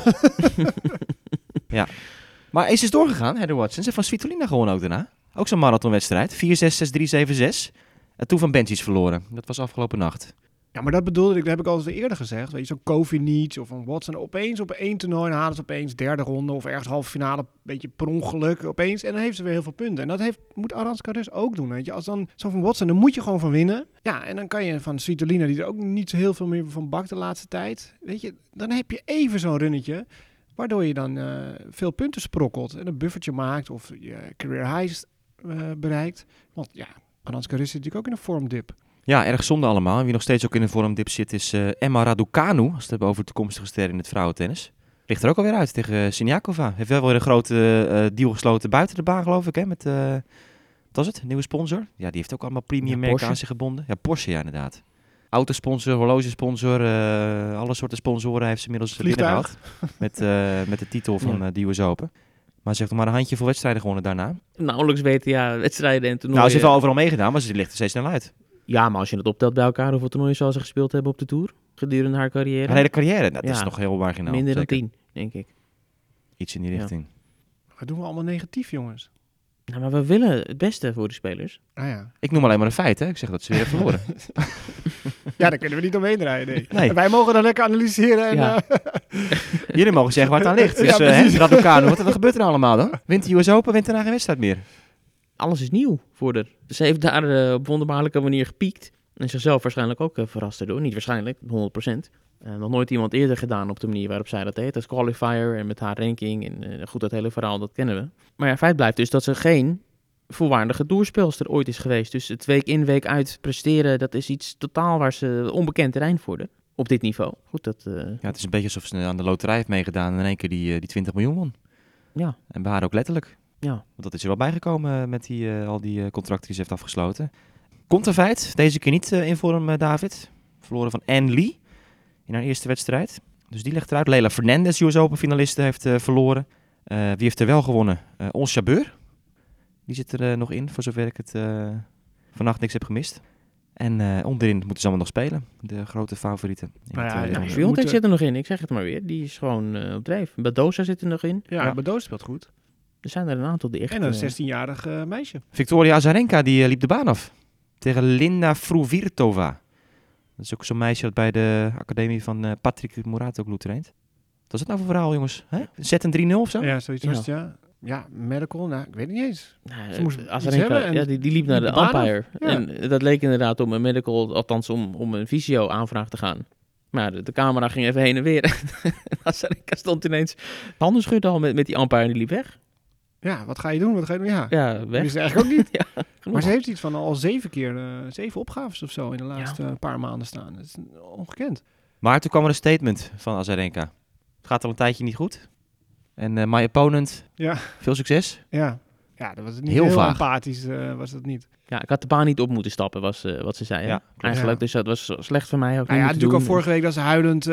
S1: Ja. Maar is doorgegaan, Heather Watson. Ze heeft van Svitolina gewonnen ook daarna. Ook zo'n marathonwedstrijd. 4-6, 6-3, 7-6. En toen van Benčić verloren. Dat was afgelopen nacht.
S3: Ja, maar dat bedoelde ik, dat heb ik al eens eerder gezegd. Weet je, zo'n Kovinic of een Watson. Opeens op 1 toernooi halen ze opeens derde ronde of ergens halve finale, een beetje per ongeluk opeens. En dan heeft ze weer heel veel punten. En dat moet Aranska Rus ook doen, weet je. Als dan zo van Watson, dan moet je gewoon van winnen. Ja, en dan kan je van Svitolina, die er ook niet zo heel veel meer van bakt de laatste tijd. Weet je, dan heb je even zo'n runnetje, waardoor je dan veel punten sprokkelt. En een buffertje maakt of je career highs bereikt. Want ja, Aranska Rus zit natuurlijk ook in een vormdip.
S1: Ja, erg zonde allemaal. En wie nog steeds ook in een vormdip zit is Emma Raducanu. Als we het hebben over toekomstige sterren in het vrouwentennis. Ligt er ook alweer uit tegen Siniakova. Heeft wel weer een grote deal gesloten buiten de baan, geloof ik. Hè? Met, wat was het? Een nieuwe sponsor. Ja, die heeft ook allemaal premium merken aan zich gebonden. Ja, Porsche, ja, inderdaad. Autosponsor, horlogesponsor, alle soorten sponsoren heeft ze inmiddels binnengehaald. Met de titel van de US Open. Maar ze heeft nog maar een handjevol wedstrijden gewonnen daarna.
S4: Nauwelijks wedstrijden en toernooien.
S1: Nou, ze heeft wel overal meegedaan, maar ze ligt er steeds snel uit.
S4: Ja, maar als je het optelt bij elkaar, hoeveel toernooien zal ze gespeeld hebben op de Tour? Gedurende haar carrière?
S1: Haar hele carrière, dat is nog heel marginaal.
S4: Minder dan 10, denk ik.
S1: Iets in die richting.
S3: Wat doen we allemaal negatief, jongens?
S4: Nou, maar we willen het beste voor de spelers.
S3: Ah ja.
S1: Ik noem alleen maar een feit, hè. Ik zeg dat ze weer hebben verloren.
S3: Ja, daar kunnen we niet omheen draaien,
S1: Nee.
S3: En wij mogen dan lekker analyseren en...
S4: Ja.
S1: Jullie mogen zeggen waar het aan ligt. Dus
S3: Ja, precies.
S1: Raducanu, wat gebeurt er nou allemaal dan? Wint de US Open, wint daarna geen wedstrijd meer.
S4: Alles is nieuw voor haar. Ze heeft daar op wonderbaarlijke manier gepiekt. En zichzelf waarschijnlijk ook verrast erdoor. Niet waarschijnlijk, 100%. Nog nooit iemand eerder gedaan op de manier waarop zij dat deed. Als qualifier en met haar ranking. En goed, dat hele verhaal, dat kennen we. Maar ja, feit blijft dus dat ze geen volwaardige toerspeelster ooit is geweest. Dus het week in, week uit presteren, dat is iets totaal waar ze onbekend terrein vorderden. Op dit niveau. Goed, dat...
S1: Ja, het is een beetje alsof ze aan de loterij heeft meegedaan en in één keer die 20 miljoen won.
S4: Ja.
S1: En bij haar ook letterlijk.
S4: Ja.
S1: Want dat is er wel bijgekomen met al die contracten die ze heeft afgesloten. Komt een feit, deze keer niet in vorm, David. Verloren van Anne Lee in haar eerste wedstrijd. Dus die legt eruit. Leila Fernandez, US Open finaliste, heeft verloren. Wie heeft er wel gewonnen? Ons Jabeur. Die zit er nog in, voor zover ik het vannacht niks heb gemist. En onderin moeten ze allemaal nog spelen. De grote favorieten.
S4: Swiatek zit er nog in, ik zeg het maar weer. Die is gewoon op dreef. Badosa zit er nog in.
S3: Ja, Badosa speelt goed.
S4: Er zijn er een aantal die echt...
S3: En een 16-jarig meisje.
S1: Victoria Azarenka, die liep de baan af. Tegen Linda Fruvirtova. Dat is ook zo'n meisje dat bij de academie van Patrick Mouratoglou traint. Wat is het nou voor verhaal, jongens? Hè? Zet een 3-0 of zo?
S3: Ja, zoiets was het, ja. Ja, medical, nou, ik weet het niet eens.
S4: Azarenka, die liep naar de umpire. Ja. En dat leek inderdaad om een medical, althans om een visio-aanvraag te gaan. Maar de camera ging even heen en weer. Azarenka stond ineens handen schudden al met die umpire en die liep weg.
S3: Ja, wat ga je doen? Ja,
S4: weg.
S3: Dat is eigenlijk ook niet.
S4: Ja,
S3: maar ze heeft iets van al 7 opgaves of zo in de laatste paar maanden staan. Dat is ongekend.
S1: Maar toen kwam er een statement van Azarenka. Het gaat al een tijdje niet goed. En my opponent, veel succes.
S3: Ja, dat was het niet heel empathisch, was dat niet.
S4: Ja, ik had de baan niet op moeten stappen, was wat ze zei. Ja, eigenlijk, dus dat was slecht voor mij ook.
S3: Ja, natuurlijk al vorige week dat ze huilend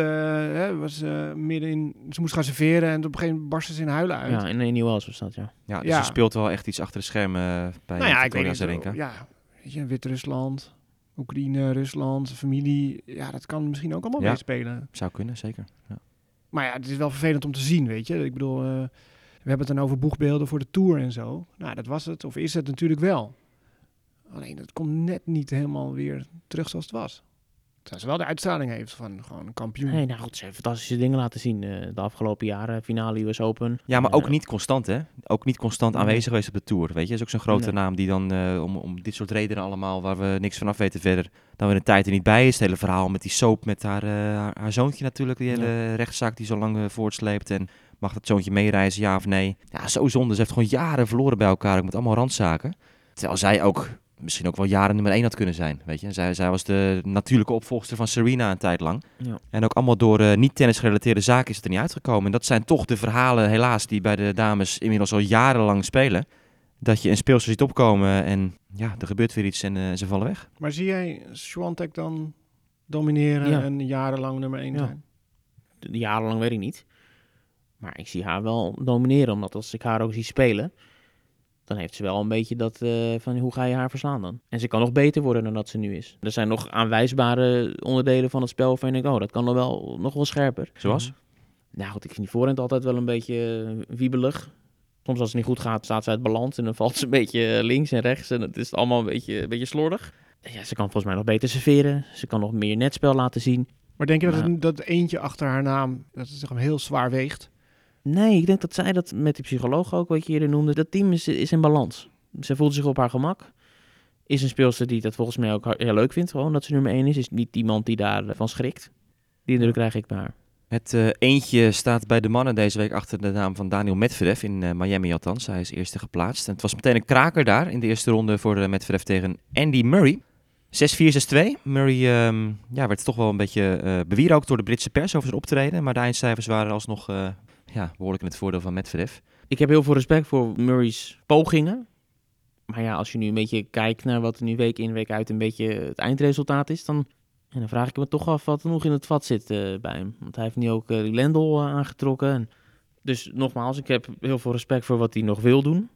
S3: was midden in... Ze moest gaan serveren en op een gegeven moment barstte ze in huilen uit.
S4: Ja, in Nieuw-Wels was dat, ja.
S1: Ja, dus ze speelt wel echt iets achter de schermen bij Victoria Azarenka.
S3: Ja, weet je, Wit-Rusland, Oekraïne, Rusland, familie. Ja, dat kan misschien ook allemaal meespelen.
S1: Zou kunnen, zeker. Ja.
S3: Maar ja, het is wel vervelend om te zien, weet je. Ik bedoel, we hebben het dan over boegbeelden voor de Tour en zo. Nou, dat was het, of is het natuurlijk wel. Alleen, dat komt net niet helemaal weer terug zoals het was. Terwijl ze wel de uitstraling heeft van gewoon een kampioen.
S4: Nee, nou goed, ze heeft fantastische dingen laten zien de afgelopen jaren. Finale US Open.
S1: Ja, maar ook niet constant, hè? Ook niet constant aanwezig geweest op de Tour, weet je. Dat is ook zo'n grote naam die dan om dit soort redenen allemaal, waar we niks van af weten verder, dan weer een tijd er niet bij is. Het hele verhaal met die soap, met haar zoontje natuurlijk, die hele rechtszaak die zo lang voortsleept. En mag dat zoontje meereizen, ja of nee? Ja, zo zonde. Ze heeft gewoon jaren verloren bij elkaar, ook met allemaal randzaken. Terwijl zij ook misschien ook wel jaren nummer 1 had kunnen zijn, weet je. Zij was de natuurlijke opvolgster van Serena een tijd lang. Ja. En ook allemaal door niet-tennis gerelateerde zaken is het er niet uitgekomen. En dat zijn toch de verhalen, helaas, die bij de dames inmiddels al jarenlang spelen. Dat je een speelster ziet opkomen en ja, er gebeurt weer iets en ze vallen weg.
S3: Maar zie jij Swiatek dan domineren en jarenlang nummer 1 zijn?
S4: Jarenlang weet ik niet. Maar ik zie haar wel domineren, omdat als ik haar ook zie spelen, dan heeft ze wel een beetje dat van hoe ga je haar verslaan dan? En ze kan nog beter worden dan dat ze nu is. Er zijn nog aanwijsbare onderdelen van het spel waarvan ik denk, dat kan nog wel scherper.
S1: Zoals?
S4: Nou goed, ik vind die voorhand altijd wel een beetje wiebelig. Soms als het niet goed gaat, staat ze uit balans en dan valt ze een beetje links en rechts. En het is allemaal een beetje slordig. Ja, ze kan volgens mij nog beter serveren. Ze kan nog meer netspel laten zien.
S3: Maar denk je dat eentje achter haar naam, dat het zich heel zwaar weegt?
S4: Nee, ik denk dat zij dat met die psycholoog ook, wat je eerder noemde, dat team is in balans. Ze voelt zich op haar gemak. Is een speelster die dat volgens mij ook heel leuk vindt, gewoon dat ze nummer 1 is. Is niet iemand die daarvan schrikt. Die indruk krijg ik bij haar.
S1: Het eentje staat bij de mannen deze week achter de naam van Daniil Medvedev in Miami althans. Hij is eerste geplaatst. En het was meteen een kraker daar in de eerste ronde voor Medvedev tegen Andy Murray. 6-4, 6-2. Murray werd toch wel een beetje bewierookt door de Britse pers over zijn optreden. Maar de eindcijfers waren alsnog behoorlijk in het voordeel van Medvedev.
S4: Ik heb heel veel respect voor Murray's pogingen. Maar ja, als je nu een beetje kijkt naar wat er nu week in week uit een beetje het eindresultaat is, dan vraag ik me toch af wat er nog in het vat zit bij hem. Want hij heeft nu ook Lendl aangetrokken. En dus nogmaals, ik heb heel veel respect voor wat hij nog wil doen.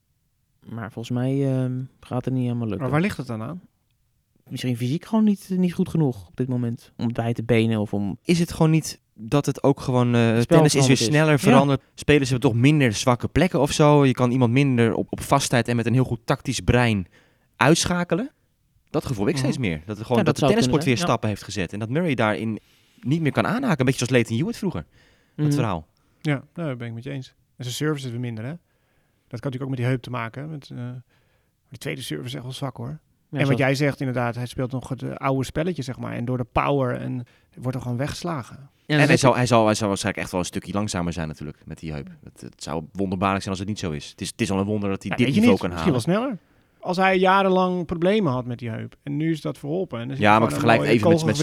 S4: Maar volgens mij gaat het niet helemaal lukken.
S3: Maar waar ligt het dan aan?
S4: Misschien fysiek gewoon niet goed genoeg op dit moment. Om het bij te benen of om...
S1: Is het gewoon niet dat het ook gewoon... tennis is weer sneller veranderd. Ja. Spelers hebben toch minder zwakke plekken of zo. Je kan iemand minder op vastheid en met een heel goed tactisch brein uitschakelen. Dat gevoel ik steeds meer. Dat, gewoon, dat de tennisport weer stappen heeft gezet. En dat Murray daarin niet meer kan aanhaken. Een beetje zoals Lleyton Hewitt vroeger. Dat verhaal.
S3: Ja, dat ben ik met je eens. En zijn service is weer minder, hè? Dat kan natuurlijk ook met die heup te maken. Met, de tweede service is echt wel zwak, hoor. Ja, en wat jij zegt, inderdaad, hij speelt nog het oude spelletje, zeg maar. En door de power en wordt er gewoon weggeslagen.
S1: Ja, en hij zal waarschijnlijk echt wel een stukje langzamer zijn natuurlijk met die heup. Het zou wonderbaarlijk zijn als het niet zo is. Het is al een wonder dat hij dit niveau kan halen.
S3: Misschien wel sneller. Als hij jarenlang problemen had met die heup. En nu is dat verholpen. En
S1: ja, maar ik vergelijk het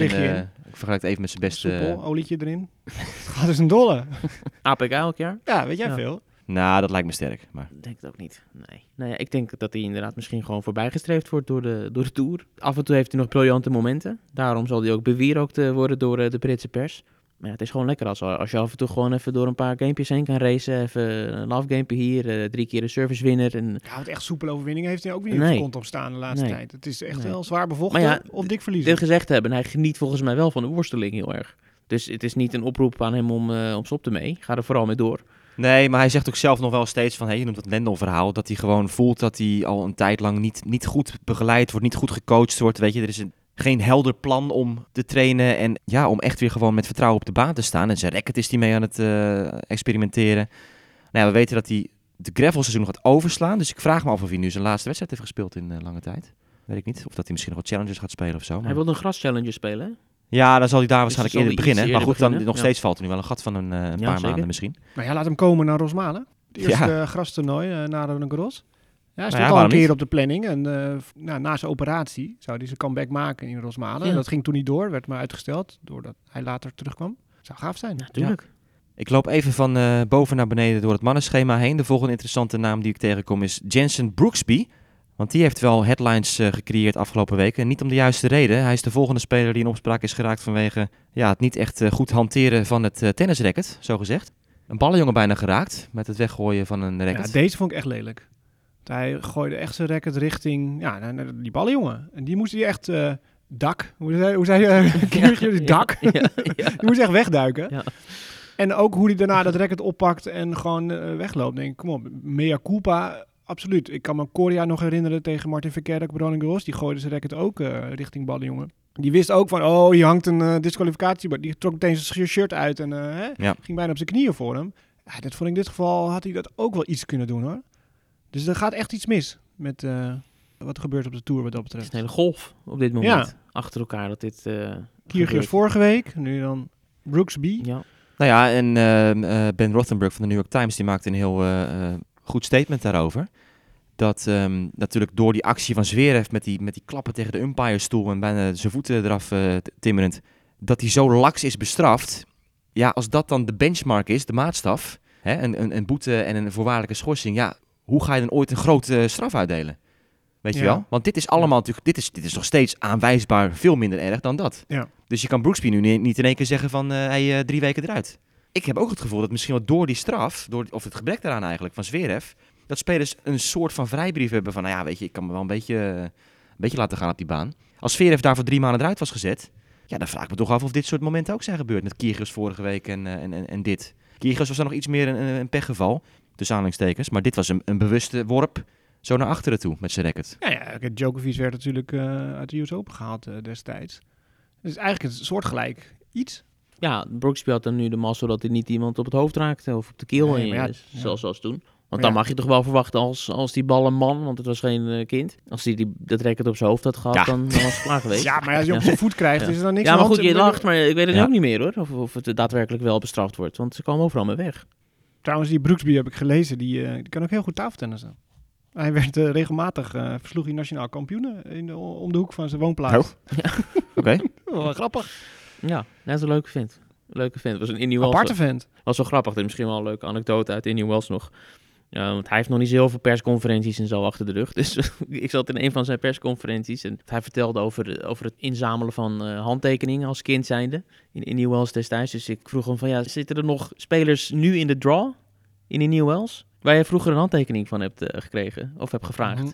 S1: even met zijn beste...
S3: Soepel, olietje erin. Het gaat dus een dolle.
S4: APK elk jaar?
S3: Ja, weet jij veel?
S1: Nou, dat lijkt me sterk. Maar...
S4: Ik denk het ook niet. Nee. Nou ja, ik denk dat hij inderdaad misschien gewoon voorbijgestreefd wordt door de Tour. Af en toe heeft hij nog briljante momenten. Daarom zal hij ook bewierookt worden door de Britse pers. Maar ja, het is gewoon lekker als je af en toe gewoon even door een paar gamepjes heen kan racen. Even een love gamepje hier, 3 keer een service winner. En...
S3: Ja, want echt soepele overwinningen heeft hij ook weer niet op zijn kont op staan de laatste tijd. Het is echt wel zwaar bevochten of dik verliezen.
S4: Dit gezegd hebben, hij geniet volgens mij wel van de worsteling heel erg. Dus het is niet een oproep aan hem om stop mee. Ga er vooral mee door.
S1: Nee, maar hij zegt ook zelf nog wel steeds van, je noemt het Lendl-verhaal, dat hij gewoon voelt dat hij al een tijd lang niet goed begeleid wordt, niet goed gecoacht wordt. Weet je, er is geen helder plan om te trainen en ja, om echt weer gewoon met vertrouwen op de baan te staan. En zijn racket is hij mee aan het experimenteren. Nou ja, we weten dat hij de gravelseizoen gaat overslaan, dus ik vraag me af of hij nu zijn laatste wedstrijd heeft gespeeld in lange tijd. Weet ik niet, of dat hij misschien nog wat challenges gaat spelen of zo. Maar...
S4: Hij wilde een graschallenger spelen, hè?
S1: Ja, dan zal hij daar waarschijnlijk eerder beginnen. Maar goed, dan nog steeds valt er nu wel een gat van een paar maanden misschien.
S3: Maar ja, laat hem komen naar Rosmalen. Het eerste grastoernooi na Roland Garros. Ja, hij stond al een keer niet op de planning. En na zijn operatie zou hij zijn comeback maken in Rosmalen. En dat ging toen niet door, werd maar uitgesteld. Doordat hij later terugkwam. Zou gaaf zijn.
S4: Natuurlijk. Ja.
S1: Ik loop even van boven naar beneden door het mannenschema heen. De volgende interessante naam die ik tegenkom is Jenson Brooksby. Want die heeft wel headlines gecreëerd afgelopen weken. Niet om de juiste reden. Hij is de volgende speler die in opspraak is geraakt vanwege het niet echt goed hanteren van het tennisracket, zo gezegd. Een ballenjongen bijna geraakt met het weggooien van een racket.
S3: Ja, deze vond ik echt lelijk. Hij gooide echt zijn racket richting die ballenjongen. En die moest hij echt dak. Hoe zei je? Dak. Ja. Die moest echt wegduiken. Ja. En ook hoe hij daarna dat racket oppakt en gewoon wegloopt. Denk ik, kom op, mea culpa. Absoluut. Ik kan me Coria nog herinneren tegen Martin Verkerk op Roland Garros. Die gooide zijn racket ook richting ballenjongen. Die wist ook van, hier hangt een disqualificatie. Die trok meteen zijn shirt uit en ging bijna op zijn knieën voor hem. Ja, dat vond ik in dit geval, had hij dat ook wel iets kunnen doen, hoor. Dus er gaat echt iets mis met wat er gebeurt op de Tour wat dat betreft.
S4: Het is een hele golf op dit moment. Achter elkaar dat dit
S3: Kyrgios vorige week, nu dan Brooksby.
S1: Ja. Nou ja, en Ben Rothenberg van de New York Times, die maakte een heel goed statement daarover. Dat natuurlijk door die actie van Zverev met die klappen tegen de umpirestoel en bijna zijn voeten eraf timmerend, dat hij zo laks is bestraft. Ja, als dat dan de benchmark is, de maatstaf, een boete en een voorwaardelijke schorsing, ja, hoe ga je dan ooit een grote straf uitdelen? Weet je wel? Want dit is allemaal natuurlijk, dit is nog steeds aanwijsbaar veel minder erg dan dat. Ja. Dus je kan Brooksby nu niet in één keer zeggen van 3 weken eruit. Ik heb ook het gevoel dat misschien wel door die straf, of het gebrek daaraan eigenlijk van Zverev, dat spelers een soort van vrijbrief hebben van, weet je, ik kan me wel een beetje laten gaan op die baan. Als Zverev daar voor 3 maanden eruit was gezet, ja, dan vraag ik me toch af of dit soort momenten ook zijn gebeurd met Kyrgios vorige week en dit. Kyrgios was dan nog iets meer een pechgeval, tussen aanhalingstekens, maar dit was een bewuste worp zo naar achteren toe met zijn racket.
S3: Ja, Djokovic werd natuurlijk uit de US Open gehaald destijds. Dus eigenlijk een soortgelijk iets.
S4: Ja, Brooksby had dan nu de mazzel dat hij niet iemand op het hoofd raakte of op de keel, zoals toen. Want dan mag je toch wel verwachten als die bal een man, want het was geen kind. Als hij dat racket op zijn hoofd had gehad, dan was het klaar geweest.
S3: Ja, maar als je op zijn voet krijgt, is er dan niks
S4: aan
S3: de
S4: hand.
S3: Ja, maar
S4: goed, je lacht, maar ik weet het ook niet meer, hoor. Of het daadwerkelijk wel bestraft wordt, want ze komen overal mee weg.
S3: Trouwens, die Brooksby heb ik gelezen, die kan ook heel goed tafeltennissen. Hij werd regelmatig, versloeg hij nationaal kampioenen om de hoek van zijn woonplaats.
S1: Oh. Ja. Oké.
S3: Wel grappig.
S4: Ja, dat is een leuke vent. Was een Indian Wells.
S3: Aparte vent.
S4: Was wel grappig. Er is misschien wel een leuke anekdote uit Indian Wells nog. Want hij heeft nog niet zo heel veel persconferenties en zo achter de rug. Dus ik zat in een van zijn persconferenties en hij vertelde over het inzamelen van handtekeningen als kind zijnde in Indian Wells destijds. Dus ik vroeg hem van, zitten er nog spelers nu in de draw in Indian Wells waar je vroeger een handtekening van hebt gekregen of hebt gevraagd? Mm-hmm.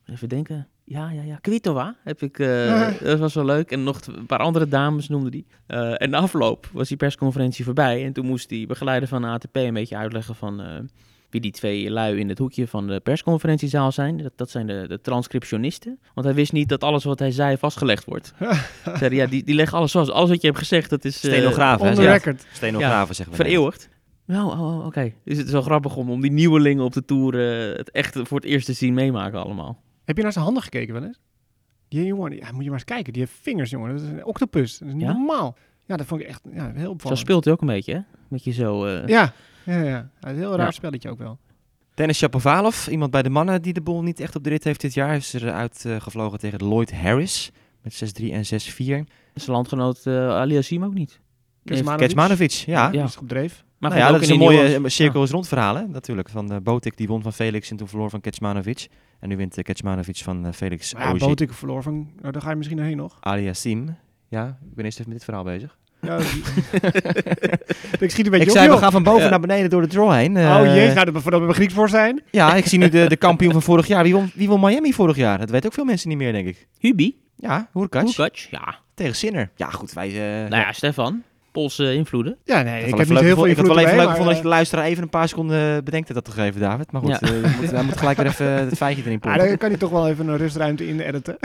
S4: Even denken. Ja. Kvitova heb ik. Dat was wel leuk. En nog een paar andere dames noemde die. En na afloop was die persconferentie voorbij. En toen moest die begeleider van de ATP een beetje uitleggen van wie die twee lui in het hoekje van de persconferentiezaal zijn. Dat zijn de transcriptionisten. Want hij wist niet dat alles wat hij zei vastgelegd wordt. Zeiden, ja, die leggen alles vast. Alles wat je hebt gezegd, dat is...
S1: Stenografen,
S3: on the record.
S1: Stenografen, zeggen we.
S4: Vereeuwigd. Nou, oké. Dus het is wel grappig om die nieuwelingen op de Tour het echt voor het eerst te zien meemaken allemaal.
S3: Heb je naar zijn handen gekeken wel eens? Die jongen, moet je maar eens kijken. Die heeft vingers, jongen. Dat is een octopus. Dat is niet normaal. Ja, dat vond ik echt heel opvallend.
S4: Zo speelt hij ook een beetje, hè? Met je zo...
S3: Ja. Een heel raar spelletje ook wel.
S1: Denis Shapovalov, iemand bij de mannen die de boel niet echt op de rit heeft dit jaar, is eruit gevlogen tegen Lloyd Harris met 6-3 en 6-4.
S4: Zijn landgenoot Aliassime ook niet.
S1: Kecmanovic, ja.
S3: Die is op dreef.
S1: Maar ja, dat is een mooie cirkel is rond verhaal, hè, natuurlijk. Van Botic, die won van Felix en toen verloor van Kecmanovic. En nu wint Kecmanovic van Felix Auger.
S3: Botic verloor van... Nou, daar ga je misschien heen nog.
S1: Aliassime. Ja, ik ben eerst even met dit verhaal bezig.
S3: Ja, ik schiet een beetje
S1: Ik zei, we gaan van boven naar beneden door de draw heen.
S3: Oh jee, nou, dat we Grieks voor zijn.
S1: Ja, ik zie nu de kampioen van vorig jaar. Wie won Miami vorig jaar? Dat weten ook veel mensen niet meer, denk ik.
S4: Hubi?
S1: Ja, Hurkacz.
S4: Ja.
S1: Tegen Sinner. Ja, goed, wij...
S4: nou ja, Stefan. Poolse invloeden.
S3: Ja, nee, ik heb niet heel veel invloed.
S1: Ik had wel even leuk gevonden dat je de luisteraar even een paar seconden bedenkt dat te geven, David. Maar goed, hij moet gelijk weer even het feitje erin pompen.
S3: Ja, dan kan hij toch wel even een rustruimte in editen.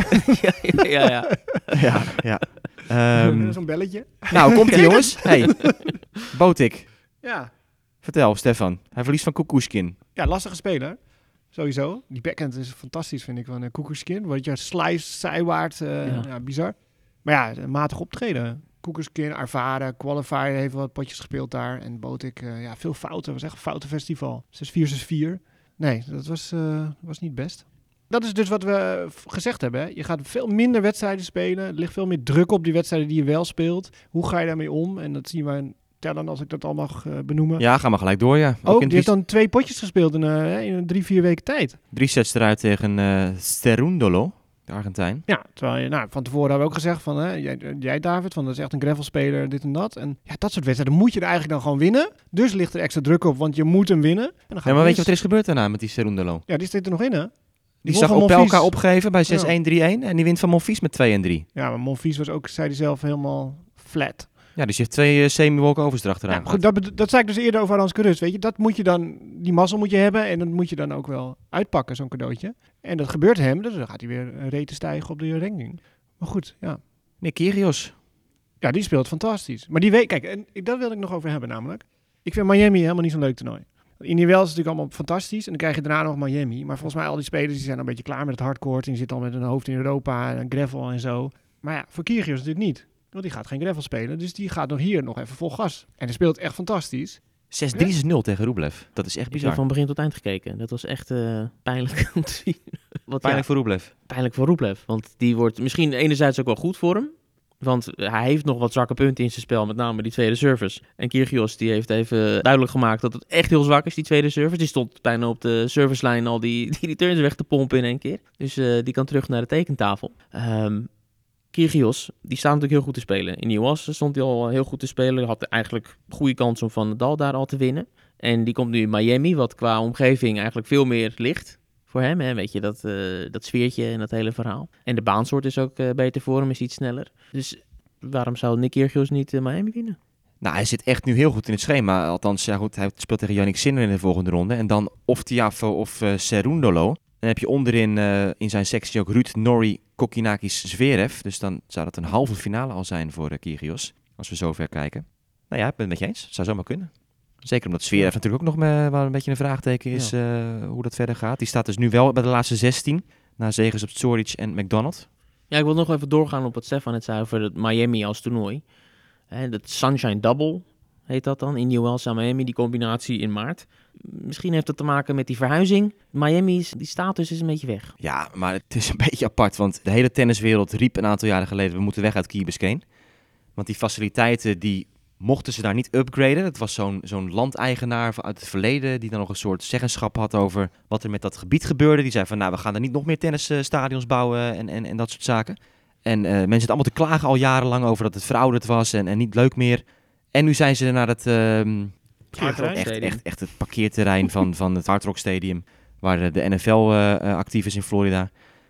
S1: Ja.
S3: Zo'n belletje.
S1: Nou, komt-ie jongens. Hey, Botic.
S3: Ja.
S1: Vertel, Stefan. Hij verliest van Kukushkin.
S3: Ja, lastige speler. Sowieso. Die backhand is fantastisch, vind ik, van Kukushkin. Word je slice, zijwaarts, bizar. Maar ja, matig optreden. Kukushkin, ervaren, qualifier, heeft wat potjes gespeeld daar. En Botic, veel fouten. Het was echt een foutenfestival. 6-4. Nee, dat was niet best. Dat is dus wat we gezegd hebben. Hè? Je gaat veel minder wedstrijden spelen. Er ligt veel meer druk op die wedstrijden die je wel speelt. Hoe ga je daarmee om? En dat zien we tellen, als ik dat al mag benoemen.
S1: Ja, ga maar gelijk door, ja.
S3: Die heeft dan 2 potjes gespeeld in 3-4 weken tijd.
S1: 3 sets eruit tegen Cerundolo, de Argentijn.
S3: Ja, terwijl je, van tevoren hebben we ook gezegd van, jij David, van dat is echt een gravelspeler, dit en dat. En ja, dat soort wedstrijden moet je er eigenlijk dan gewoon winnen. Dus ligt er extra druk op, want je moet hem winnen. En dan
S1: maar weet je wat er is gebeurd daarna met die Cerundolo?
S3: Ja, die zit er nog in, hè?
S1: Die zag op elkaar opgeven bij 6-1, 3-1 en die wint van Monfils met 2-3.
S3: Ja, maar Monfils was ook, zei hij zelf, helemaal flat.
S1: Ja, dus je hebt 2 semi-walkovers erachteraan.
S3: Ja, goed, dat zei ik dus eerder over Aranske Rus, weet je. Dat moet je dan, die mazzel moet je hebben en dat moet je dan ook wel uitpakken, zo'n cadeautje. En dat gebeurt hem, dus dan gaat hij weer een rete stijgen op de ranking. Maar goed, ja.
S1: Nee, Kyrgios.
S3: Ja, die speelt fantastisch. Maar die weet, kijk, en dat wil ik nog over hebben namelijk. Ik vind Miami helemaal niet zo'n leuk toernooi. Indië Wells is natuurlijk allemaal fantastisch. En dan krijg je daarna nog Miami. Maar volgens mij al die spelers die zijn een beetje klaar met het hardcourt. En die zitten al met hun hoofd in Europa en gravel en zo. Maar ja, voor Kyrgios natuurlijk niet. Want die gaat geen gravel spelen. Dus die gaat hier nog even vol gas. En hij speelt echt fantastisch.
S1: 6-3 is 0 tegen Rublev. Dat is echt bizar.
S4: Ik heb van begin tot eind gekeken. Dat was echt pijnlijk om te zien.
S1: Pijnlijk voor Rublev.
S4: Pijnlijk voor Rublev. Want die wordt misschien enerzijds ook wel goed voor hem. Want hij heeft nog wat zwakke punten in zijn spel, met name die tweede service. En Kyrgios die heeft even duidelijk gemaakt dat het echt heel zwak is, die tweede service. Die stond bijna op de servicelijn al die returns weg te pompen in één keer. Dus die kan terug naar de tekentafel. Kyrgios, die staat natuurlijk heel goed te spelen. In US stond hij al heel goed te spelen. Had eigenlijk goede kans om Van Nadal daar al te winnen. En die komt nu in Miami, wat qua omgeving eigenlijk veel meer ligt voor hem. Hè? Weet je, dat sfeertje en dat hele verhaal. En de baansoort is ook beter voor hem, is iets sneller. Dus waarom zou Nick Kyrgios niet Miami winnen?
S1: Nou, hij zit echt nu heel goed in het schema. Althans, ja goed, hij speelt tegen Jannik Sinner in de volgende ronde. En dan of Tiafoe of Cerundolo. Dan heb je onderin in zijn sectie ook Ruud, Norrie, Kokkinakis, Zverev. Dus dan zou dat een halve finale al zijn voor Kyrgios. Als we zo ver kijken. Nou ja, ik ben het met je eens. Het zou zomaar kunnen. Zeker omdat Zverev natuurlijk ook nog wel een beetje een vraagteken is hoe dat verder gaat. Die staat dus nu wel bij de laatste 16. Na zegens op Zoric en McDonald.
S4: Ja, ik wil nog even doorgaan op wat Stefan net zei over het Miami als toernooi. Dat Sunshine Double heet dat dan. In New Wells en Miami, die combinatie in maart. Misschien heeft dat te maken met die verhuizing. Miami's, die status is een beetje weg.
S1: Ja, maar het is een beetje apart. Want de hele tenniswereld riep een aantal jaren geleden, we moeten weg uit Key Biscayne. Want die faciliteiten, die mochten ze daar niet upgraden. Dat was zo'n landeigenaar uit het verleden die dan nog een soort zeggenschap had over wat er met dat gebied gebeurde. Die zei van, nou, we gaan er niet nog meer tennisstadions bouwen en dat soort zaken. En mensen zitten allemaal te klagen al jarenlang over dat het verouderd was en niet leuk meer. En nu zijn ze naar het echt het parkeerterrein van het Hard Rock Stadium, waar de NFL actief is in Florida.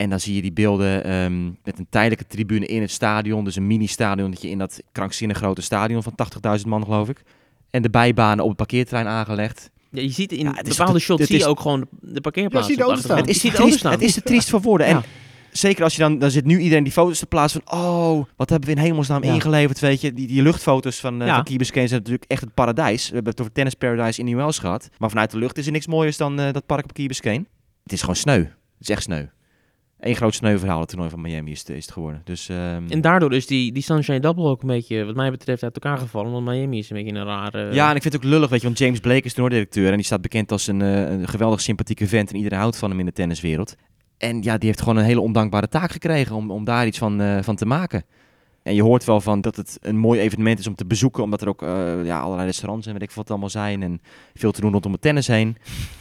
S1: En dan zie je die beelden met een tijdelijke tribune in het stadion. Dus een mini-stadion dat je in dat krankzinnig grote stadion van 80.000 man, geloof ik. En de bijbanen op het parkeerterrein aangelegd.
S4: Ja, je ziet in bepaalde shots zie je ook gewoon de parkeerplaats.
S3: Ja, zie je de
S1: auto staan. Het is te triest voor woorden. Ja. En zeker als je dan zit nu iedereen die foto's te plaatsen van... Oh, wat hebben we in hemelsnaam ingeleverd, weet je. Die luchtfoto's van Key Biscayne zijn natuurlijk echt het paradijs. We hebben het over Tennis Paradise in New Wales gehad. Maar vanuit de lucht is er niks mooiers dan dat park op Key Biscayne. Het is gewoon sneu. Het is echt sneu. Eén groot sneuverhaal, het toernooi van Miami is het geworden. Dus,
S4: en daardoor is die Sunshine Double ook een beetje, wat mij betreft, uit elkaar gevallen. Want Miami is een beetje een rare...
S1: Ja, en ik vind het ook lullig, weet je. Want James Blake is toernooidirecteur. En die staat bekend als een geweldig sympathieke vent. En iedereen houdt van hem in de tenniswereld. En ja, die heeft gewoon een hele ondankbare taak gekregen om daar iets van te maken. En je hoort wel van dat het een mooi evenement is om te bezoeken. Omdat er ook allerlei restaurants en weet ik wat allemaal zijn. En veel te doen rondom het tennis heen.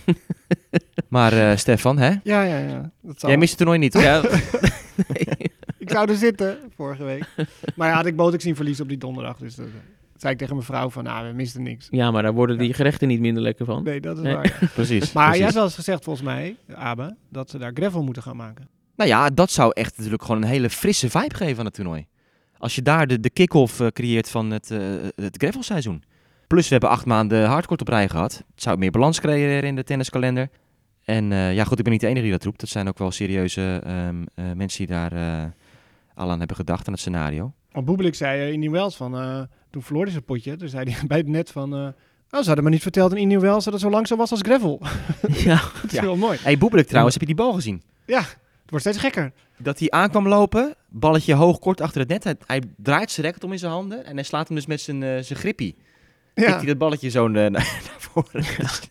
S1: Maar Stefan, hè?
S3: Ja. Dat
S1: Jij mist het toernooi niet, hoor?
S4: Ja.
S3: Nee. Ik zou er zitten vorige week. Maar ja, had ik Botic zien verliezen op die donderdag. Dus dat zei ik tegen mijn vrouw van, we misten niks.
S4: Ja, maar daar worden die gerechten niet minder lekker van.
S3: Nee, dat is waar. Ja.
S1: Precies.
S3: Maar jij hebt wel eens gezegd, volgens mij, Abe, dat ze daar gravel moeten gaan maken.
S1: Nou ja, dat zou echt natuurlijk gewoon een hele frisse vibe geven aan het toernooi. Als je daar de kick-off creëert van het gravelseizoen. Plus we hebben 8 maanden hardcourt op rij gehad. Het zou meer balans creëren in de tenniskalender. En goed, ik ben niet de enige die dat roept. Dat zijn ook wel serieuze mensen die daar al aan hebben gedacht aan het scenario.
S3: Want Bublik zei in New Wales van, toen verloor hij zijn potje. Toen zei hij bij het net van, ze hadden me niet verteld in New Wales dat het zo lang zo was als gravel.
S4: Ja.
S3: Dat is heel mooi.
S1: Hey, Bublik trouwens, heb je die bal gezien?
S3: Ja, het wordt steeds gekker.
S1: Dat hij aankwam lopen, balletje hoog kort achter het net. Hij draait zijn racket om in zijn handen en hij slaat hem dus met zijn grippie.
S3: Ja.
S1: Tikt hij dat balletje zo naar voren.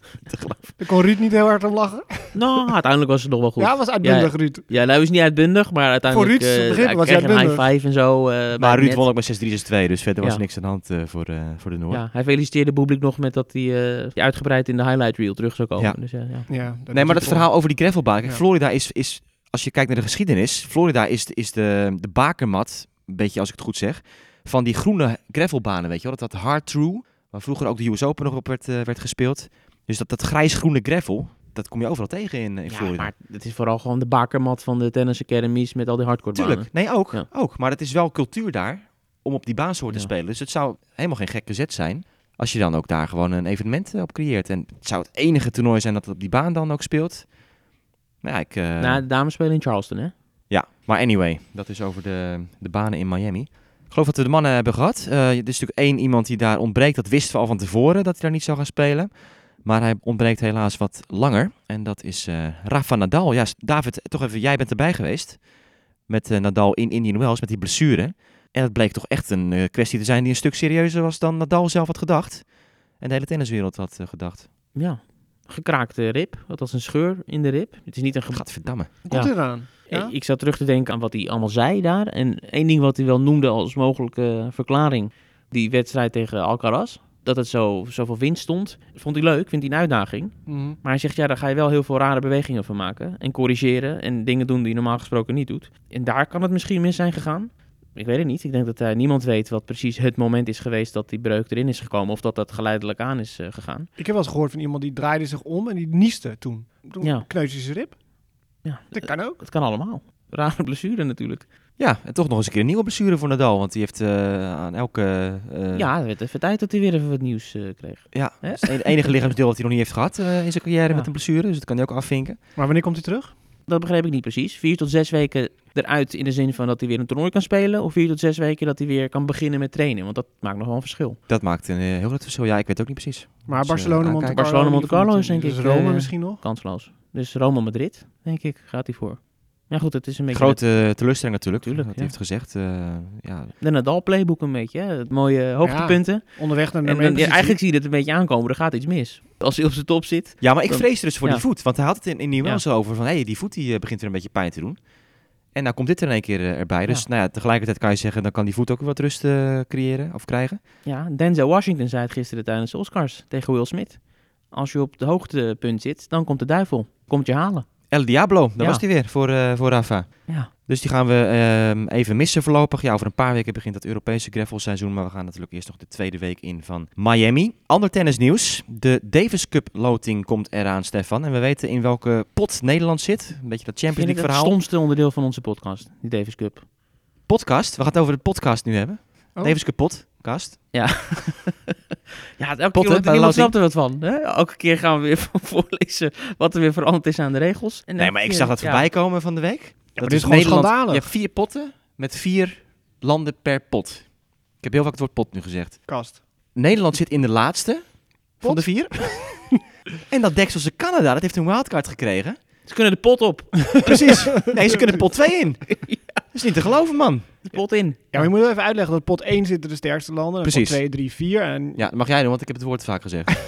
S3: Daar kon Ruud niet heel hard om lachen.
S4: Nou, uiteindelijk was het nog wel goed.
S3: Ja, was uitbundig, Ruud.
S4: Ja, nou is niet uitbundig, maar uiteindelijk...
S3: Voor Ruud's begrip was hij
S4: kreeg een
S3: uitbundig.
S4: high five en zo.
S1: Maar Ruud won ook met 6-3, 6-2, dus verder was niks aan de hand voor de Noord.
S4: Ja, hij feliciteerde Bublik nog met dat hij uitgebreid in de highlight reel terug zou komen.
S1: Ja.
S4: Dus,
S1: Nee, maar dat verhaal over die gravelbaan. Kijk,
S3: Ja.
S1: Florida is, als je kijkt naar de geschiedenis, Florida is de bakermat, een beetje als ik het goed zeg, van die groene gravelbanen, weet je wel. Dat hard true, waar vroeger ook de US Open nog op werd gespeeld. Dus dat grijs-groene gravel, dat kom je overal tegen in Florida.
S4: maar het is vooral gewoon de bakermat van de tennis academies met al die hardcorebanen.
S1: Tuurlijk, nee, ook. Maar het is wel cultuur daar om op die baansoort te spelen. Dus het zou helemaal geen gekke zet zijn als je dan ook daar gewoon een evenement op creëert. En het zou het enige toernooi zijn dat het op die baan dan ook speelt. Maar ja,
S4: de dames spelen in Charleston, hè?
S1: Ja, maar anyway, dat is over de banen in Miami. Ik geloof dat we de mannen hebben gehad. Er is natuurlijk één iemand die daar ontbreekt. Dat wisten we al van tevoren, dat hij daar niet zou gaan spelen. Maar hij ontbreekt helaas wat langer. En dat is Rafa Nadal. Ja, David, toch even, jij bent erbij geweest. Met Nadal in Indian Wells, met die blessure. En het bleek toch echt een kwestie te zijn die een stuk serieuzer was dan Nadal zelf had gedacht. En de hele tenniswereld had gedacht.
S4: Ja, gekraakte rib. Dat was een scheur in de rib. Het is niet een...
S1: Gadverdamme.
S3: Hoe komt het eraan? Ja?
S4: Ik zat terug te denken aan wat hij allemaal zei daar. En één ding wat hij wel noemde als mogelijke verklaring. Die wedstrijd tegen Alcaraz. Dat het zoveel wind stond. Vond hij leuk, vindt hij een uitdaging.
S3: Mhm.
S4: Maar hij zegt, daar ga je wel heel veel rare bewegingen van maken. En corrigeren en dingen doen die je normaal gesproken niet doet. En daar kan het misschien mis zijn gegaan. Ik weet het niet. Ik denk dat niemand weet wat precies het moment is geweest dat die breuk erin is gekomen. Of dat geleidelijk aan is gegaan.
S3: Ik heb wel eens gehoord van iemand die draaide zich om en die nieste toen. Toen kneusde hij zijn rib.
S4: Ja,
S3: dat kan ook.
S4: Het kan allemaal. Rare blessure natuurlijk.
S1: Ja, en toch nog eens een keer een nieuwe blessure voor Nadal. Want die heeft aan elke...
S4: Ja, het werd even tijd dat hij weer even wat nieuws kreeg.
S1: Ja, dat is het enige lichaamsdeel dat hij nog niet heeft gehad in zijn carrière met een blessure. Dus dat kan hij ook afvinken.
S3: Maar wanneer komt hij terug?
S4: Dat begreep ik niet precies. 4 tot 6 weken eruit in de zin van dat hij weer een toernooi kan spelen. Of 4 tot 6 weken dat hij weer kan beginnen met trainen. Want dat maakt nog wel een verschil.
S1: Dat maakt een heel groot verschil. Ja, ik weet ook niet precies.
S3: Maar Barcelona,
S4: Monte Carlo is denk ik...
S3: Dus Rome misschien nog?
S4: Kansloos. Dus Rome, Madrid, denk ik, gaat hij voor. Ja goed, het is een beetje...
S1: Grote teleurstelling natuurlijk, wat hij
S4: ja.
S1: heeft gezegd.
S4: De Nadal-playbook een beetje, hè? Het mooie hoogtepunten.
S3: Ja, onderweg naar de
S4: eigenlijk zie je het een beetje aankomen, er gaat iets mis. Als hij op zijn top zit.
S1: Ja, maar ik vrees dus voor die voet. Want hij had het in New Wales over van, die voet die begint er een beetje pijn te doen. En nou komt dit er in één keer erbij. Dus tegelijkertijd kan je zeggen, dan kan die voet ook wat rust creëren of krijgen.
S4: Ja, Denzel Washington zei het gisteren tijdens de Oscars tegen Will Smith. Als je op het hoogtepunt zit, dan komt de duivel. Komt je halen.
S1: El Diablo, daar was hij weer voor Rafa.
S4: Ja.
S1: Dus die gaan we even missen voorlopig. Ja, over een paar weken begint het Europese gravelseizoen. Maar we gaan natuurlijk eerst nog de tweede week in van Miami. Ander tennisnieuws. De Davis Cup loting komt eraan, Stefan. En we weten in welke pot Nederland zit. Een beetje dat Champions League verhaal.
S4: Het stomste onderdeel van onze podcast, die Davis Cup.
S1: Podcast? We gaan het over de podcast nu hebben.
S3: Oh.
S1: Davis Cup podcast.
S4: Ja. Ja, elke keer niemand snapt er wat van. Hè? Elke keer gaan we weer voorlezen wat er weer veranderd is aan de regels. En
S1: nee, maar ik zag dat voorbij komen van de week.
S3: Dat is gewoon schandalig.
S1: Je hebt 4 potten met 4 landen per pot. Ik heb heel vaak het woord pot nu gezegd.
S3: Kast.
S1: Nederland zit in de laatste van de 4. En dat dekselse Canada, dat heeft een wildcard gekregen.
S4: Ze kunnen de pot op.
S1: Precies. Nee, ze kunnen pot 2 in. Ja. Dat is niet te geloven, man.
S4: De pot in.
S3: Ja, maar je moet even uitleggen dat pot 1 zitten de sterkste landen. En
S1: precies.
S3: Pot 2, 3, 4. En...
S1: Ja, dat mag jij doen, want ik heb het woord vaak gezegd.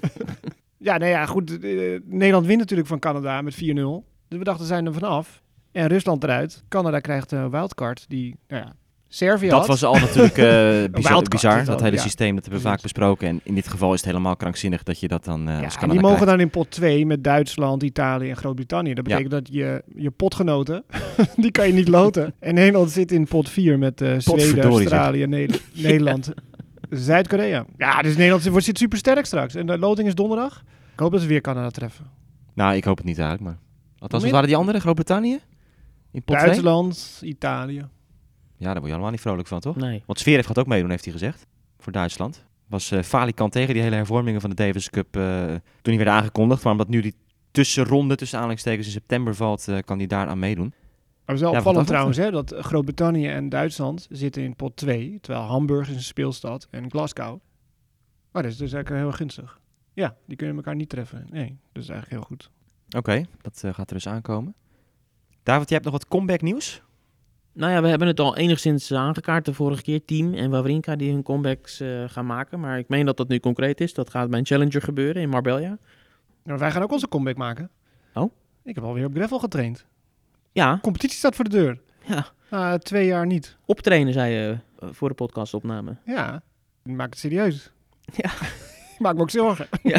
S3: Ja, nee, ja, goed. Nederland wint natuurlijk van Canada met 4-0. Dus we dachten, we zijn er vanaf. En Rusland eruit. Canada krijgt een wildcard die, nou ja, Servië
S1: dat
S3: had.
S1: was al natuurlijk bizar. Dat hele
S3: ja.
S1: systeem, dat hebben we vaak besproken. En in dit geval is het helemaal krankzinnig dat je dat dan als Canada
S3: en die mogen
S1: krijgt.
S3: dan in pot 2 met Duitsland, Italië en Groot-Brittannië. Dat betekent dat je potgenoten, die kan je niet loten. En Nederland zit in pot 4 met Zweden, Australië, Nederland, Zuid-Korea. Ja, dus Nederland zit super sterk straks. En de loting is donderdag. Ik hoop dat ze weer Canada treffen.
S1: Nou, ik hoop het niet eigenlijk, maar... Althans, wat waren die andere? Groot-Brittannië? In pot 2?
S3: Duitsland, Italië.
S1: Ja, daar word je allemaal niet vrolijk van, toch?
S4: Nee.
S1: Want Zverev gaat ook meedoen, heeft hij gezegd. Voor Duitsland. Was falikant tegen die hele hervormingen van de Davis Cup toen die werden aangekondigd. Maar omdat nu die tussenronde tussen aanhalingstekens in september valt, kan hij daar aan meedoen.
S3: Maar het is wel opvallend trouwens, hè, dat Groot-Brittannië en Duitsland zitten in pot 2. Terwijl Hamburg is een speelstad en Glasgow. Maar dat is dus eigenlijk heel gunstig. Ja, die kunnen elkaar niet treffen. Nee, dat is eigenlijk heel goed.
S1: Oké, dat gaat er dus aankomen. David, jij hebt nog wat comeback nieuws?
S4: Nou ja, we hebben het al enigszins aangekaart de vorige keer. Team en Wawrinka die hun comebacks gaan maken. Maar ik meen dat dat nu concreet is. Dat gaat bij een Challenger gebeuren in Marbella.
S3: Nou, wij gaan ook onze comeback maken.
S4: Oh?
S3: Ik heb alweer op gravel getraind.
S4: Ja.
S3: Competitie staat voor de deur.
S4: Ja.
S3: 2 jaar niet.
S4: Optrainen, zei je voor de podcastopname.
S3: Ja, ik maak het serieus.
S4: Ja.
S3: Ik maak me ook zorgen.
S4: Ja.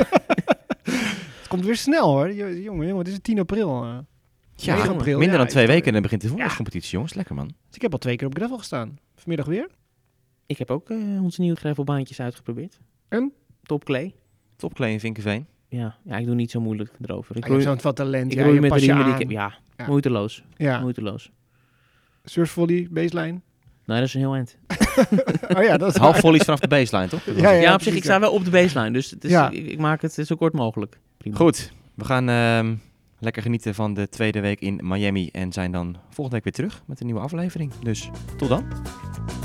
S3: Het komt weer snel hoor. Jongen, het is 10 april.
S1: Ja,
S3: 9 april.
S1: minder dan
S3: Ja,
S1: 2 weken en dan begint de voorjaarscompetitie, jongens. Lekker, man.
S3: Dus ik heb al 2 keer op gravel gestaan. Vanmiddag weer.
S4: Ik heb ook onze nieuwe gravelbaantjes uitgeprobeerd.
S3: En?
S4: Top Clay.
S1: Topklee in Vinkenveen.
S4: Ja, ik doe niet zo moeilijk erover. Ik
S3: Je hebt zo'n wat talent.
S4: ik roei met de riemen die ik
S3: aan.
S4: heb. Ja,
S3: Ja.
S4: moeiteloos.
S3: Ja.
S4: Moeiteloos.
S3: Surfvolley, baseline.
S4: Nee, dat is een heel eind.
S3: Oh ja, dat is
S1: Half volleys vanaf de baseline, toch?
S4: Ja, op zich, ik sta wel op de baseline. Dus het is,
S3: Ja.
S4: ik maak het zo kort mogelijk. Prima.
S1: Goed, we gaan lekker genieten van de tweede week in Miami. En zijn dan volgende week weer terug met een nieuwe aflevering. Dus tot dan.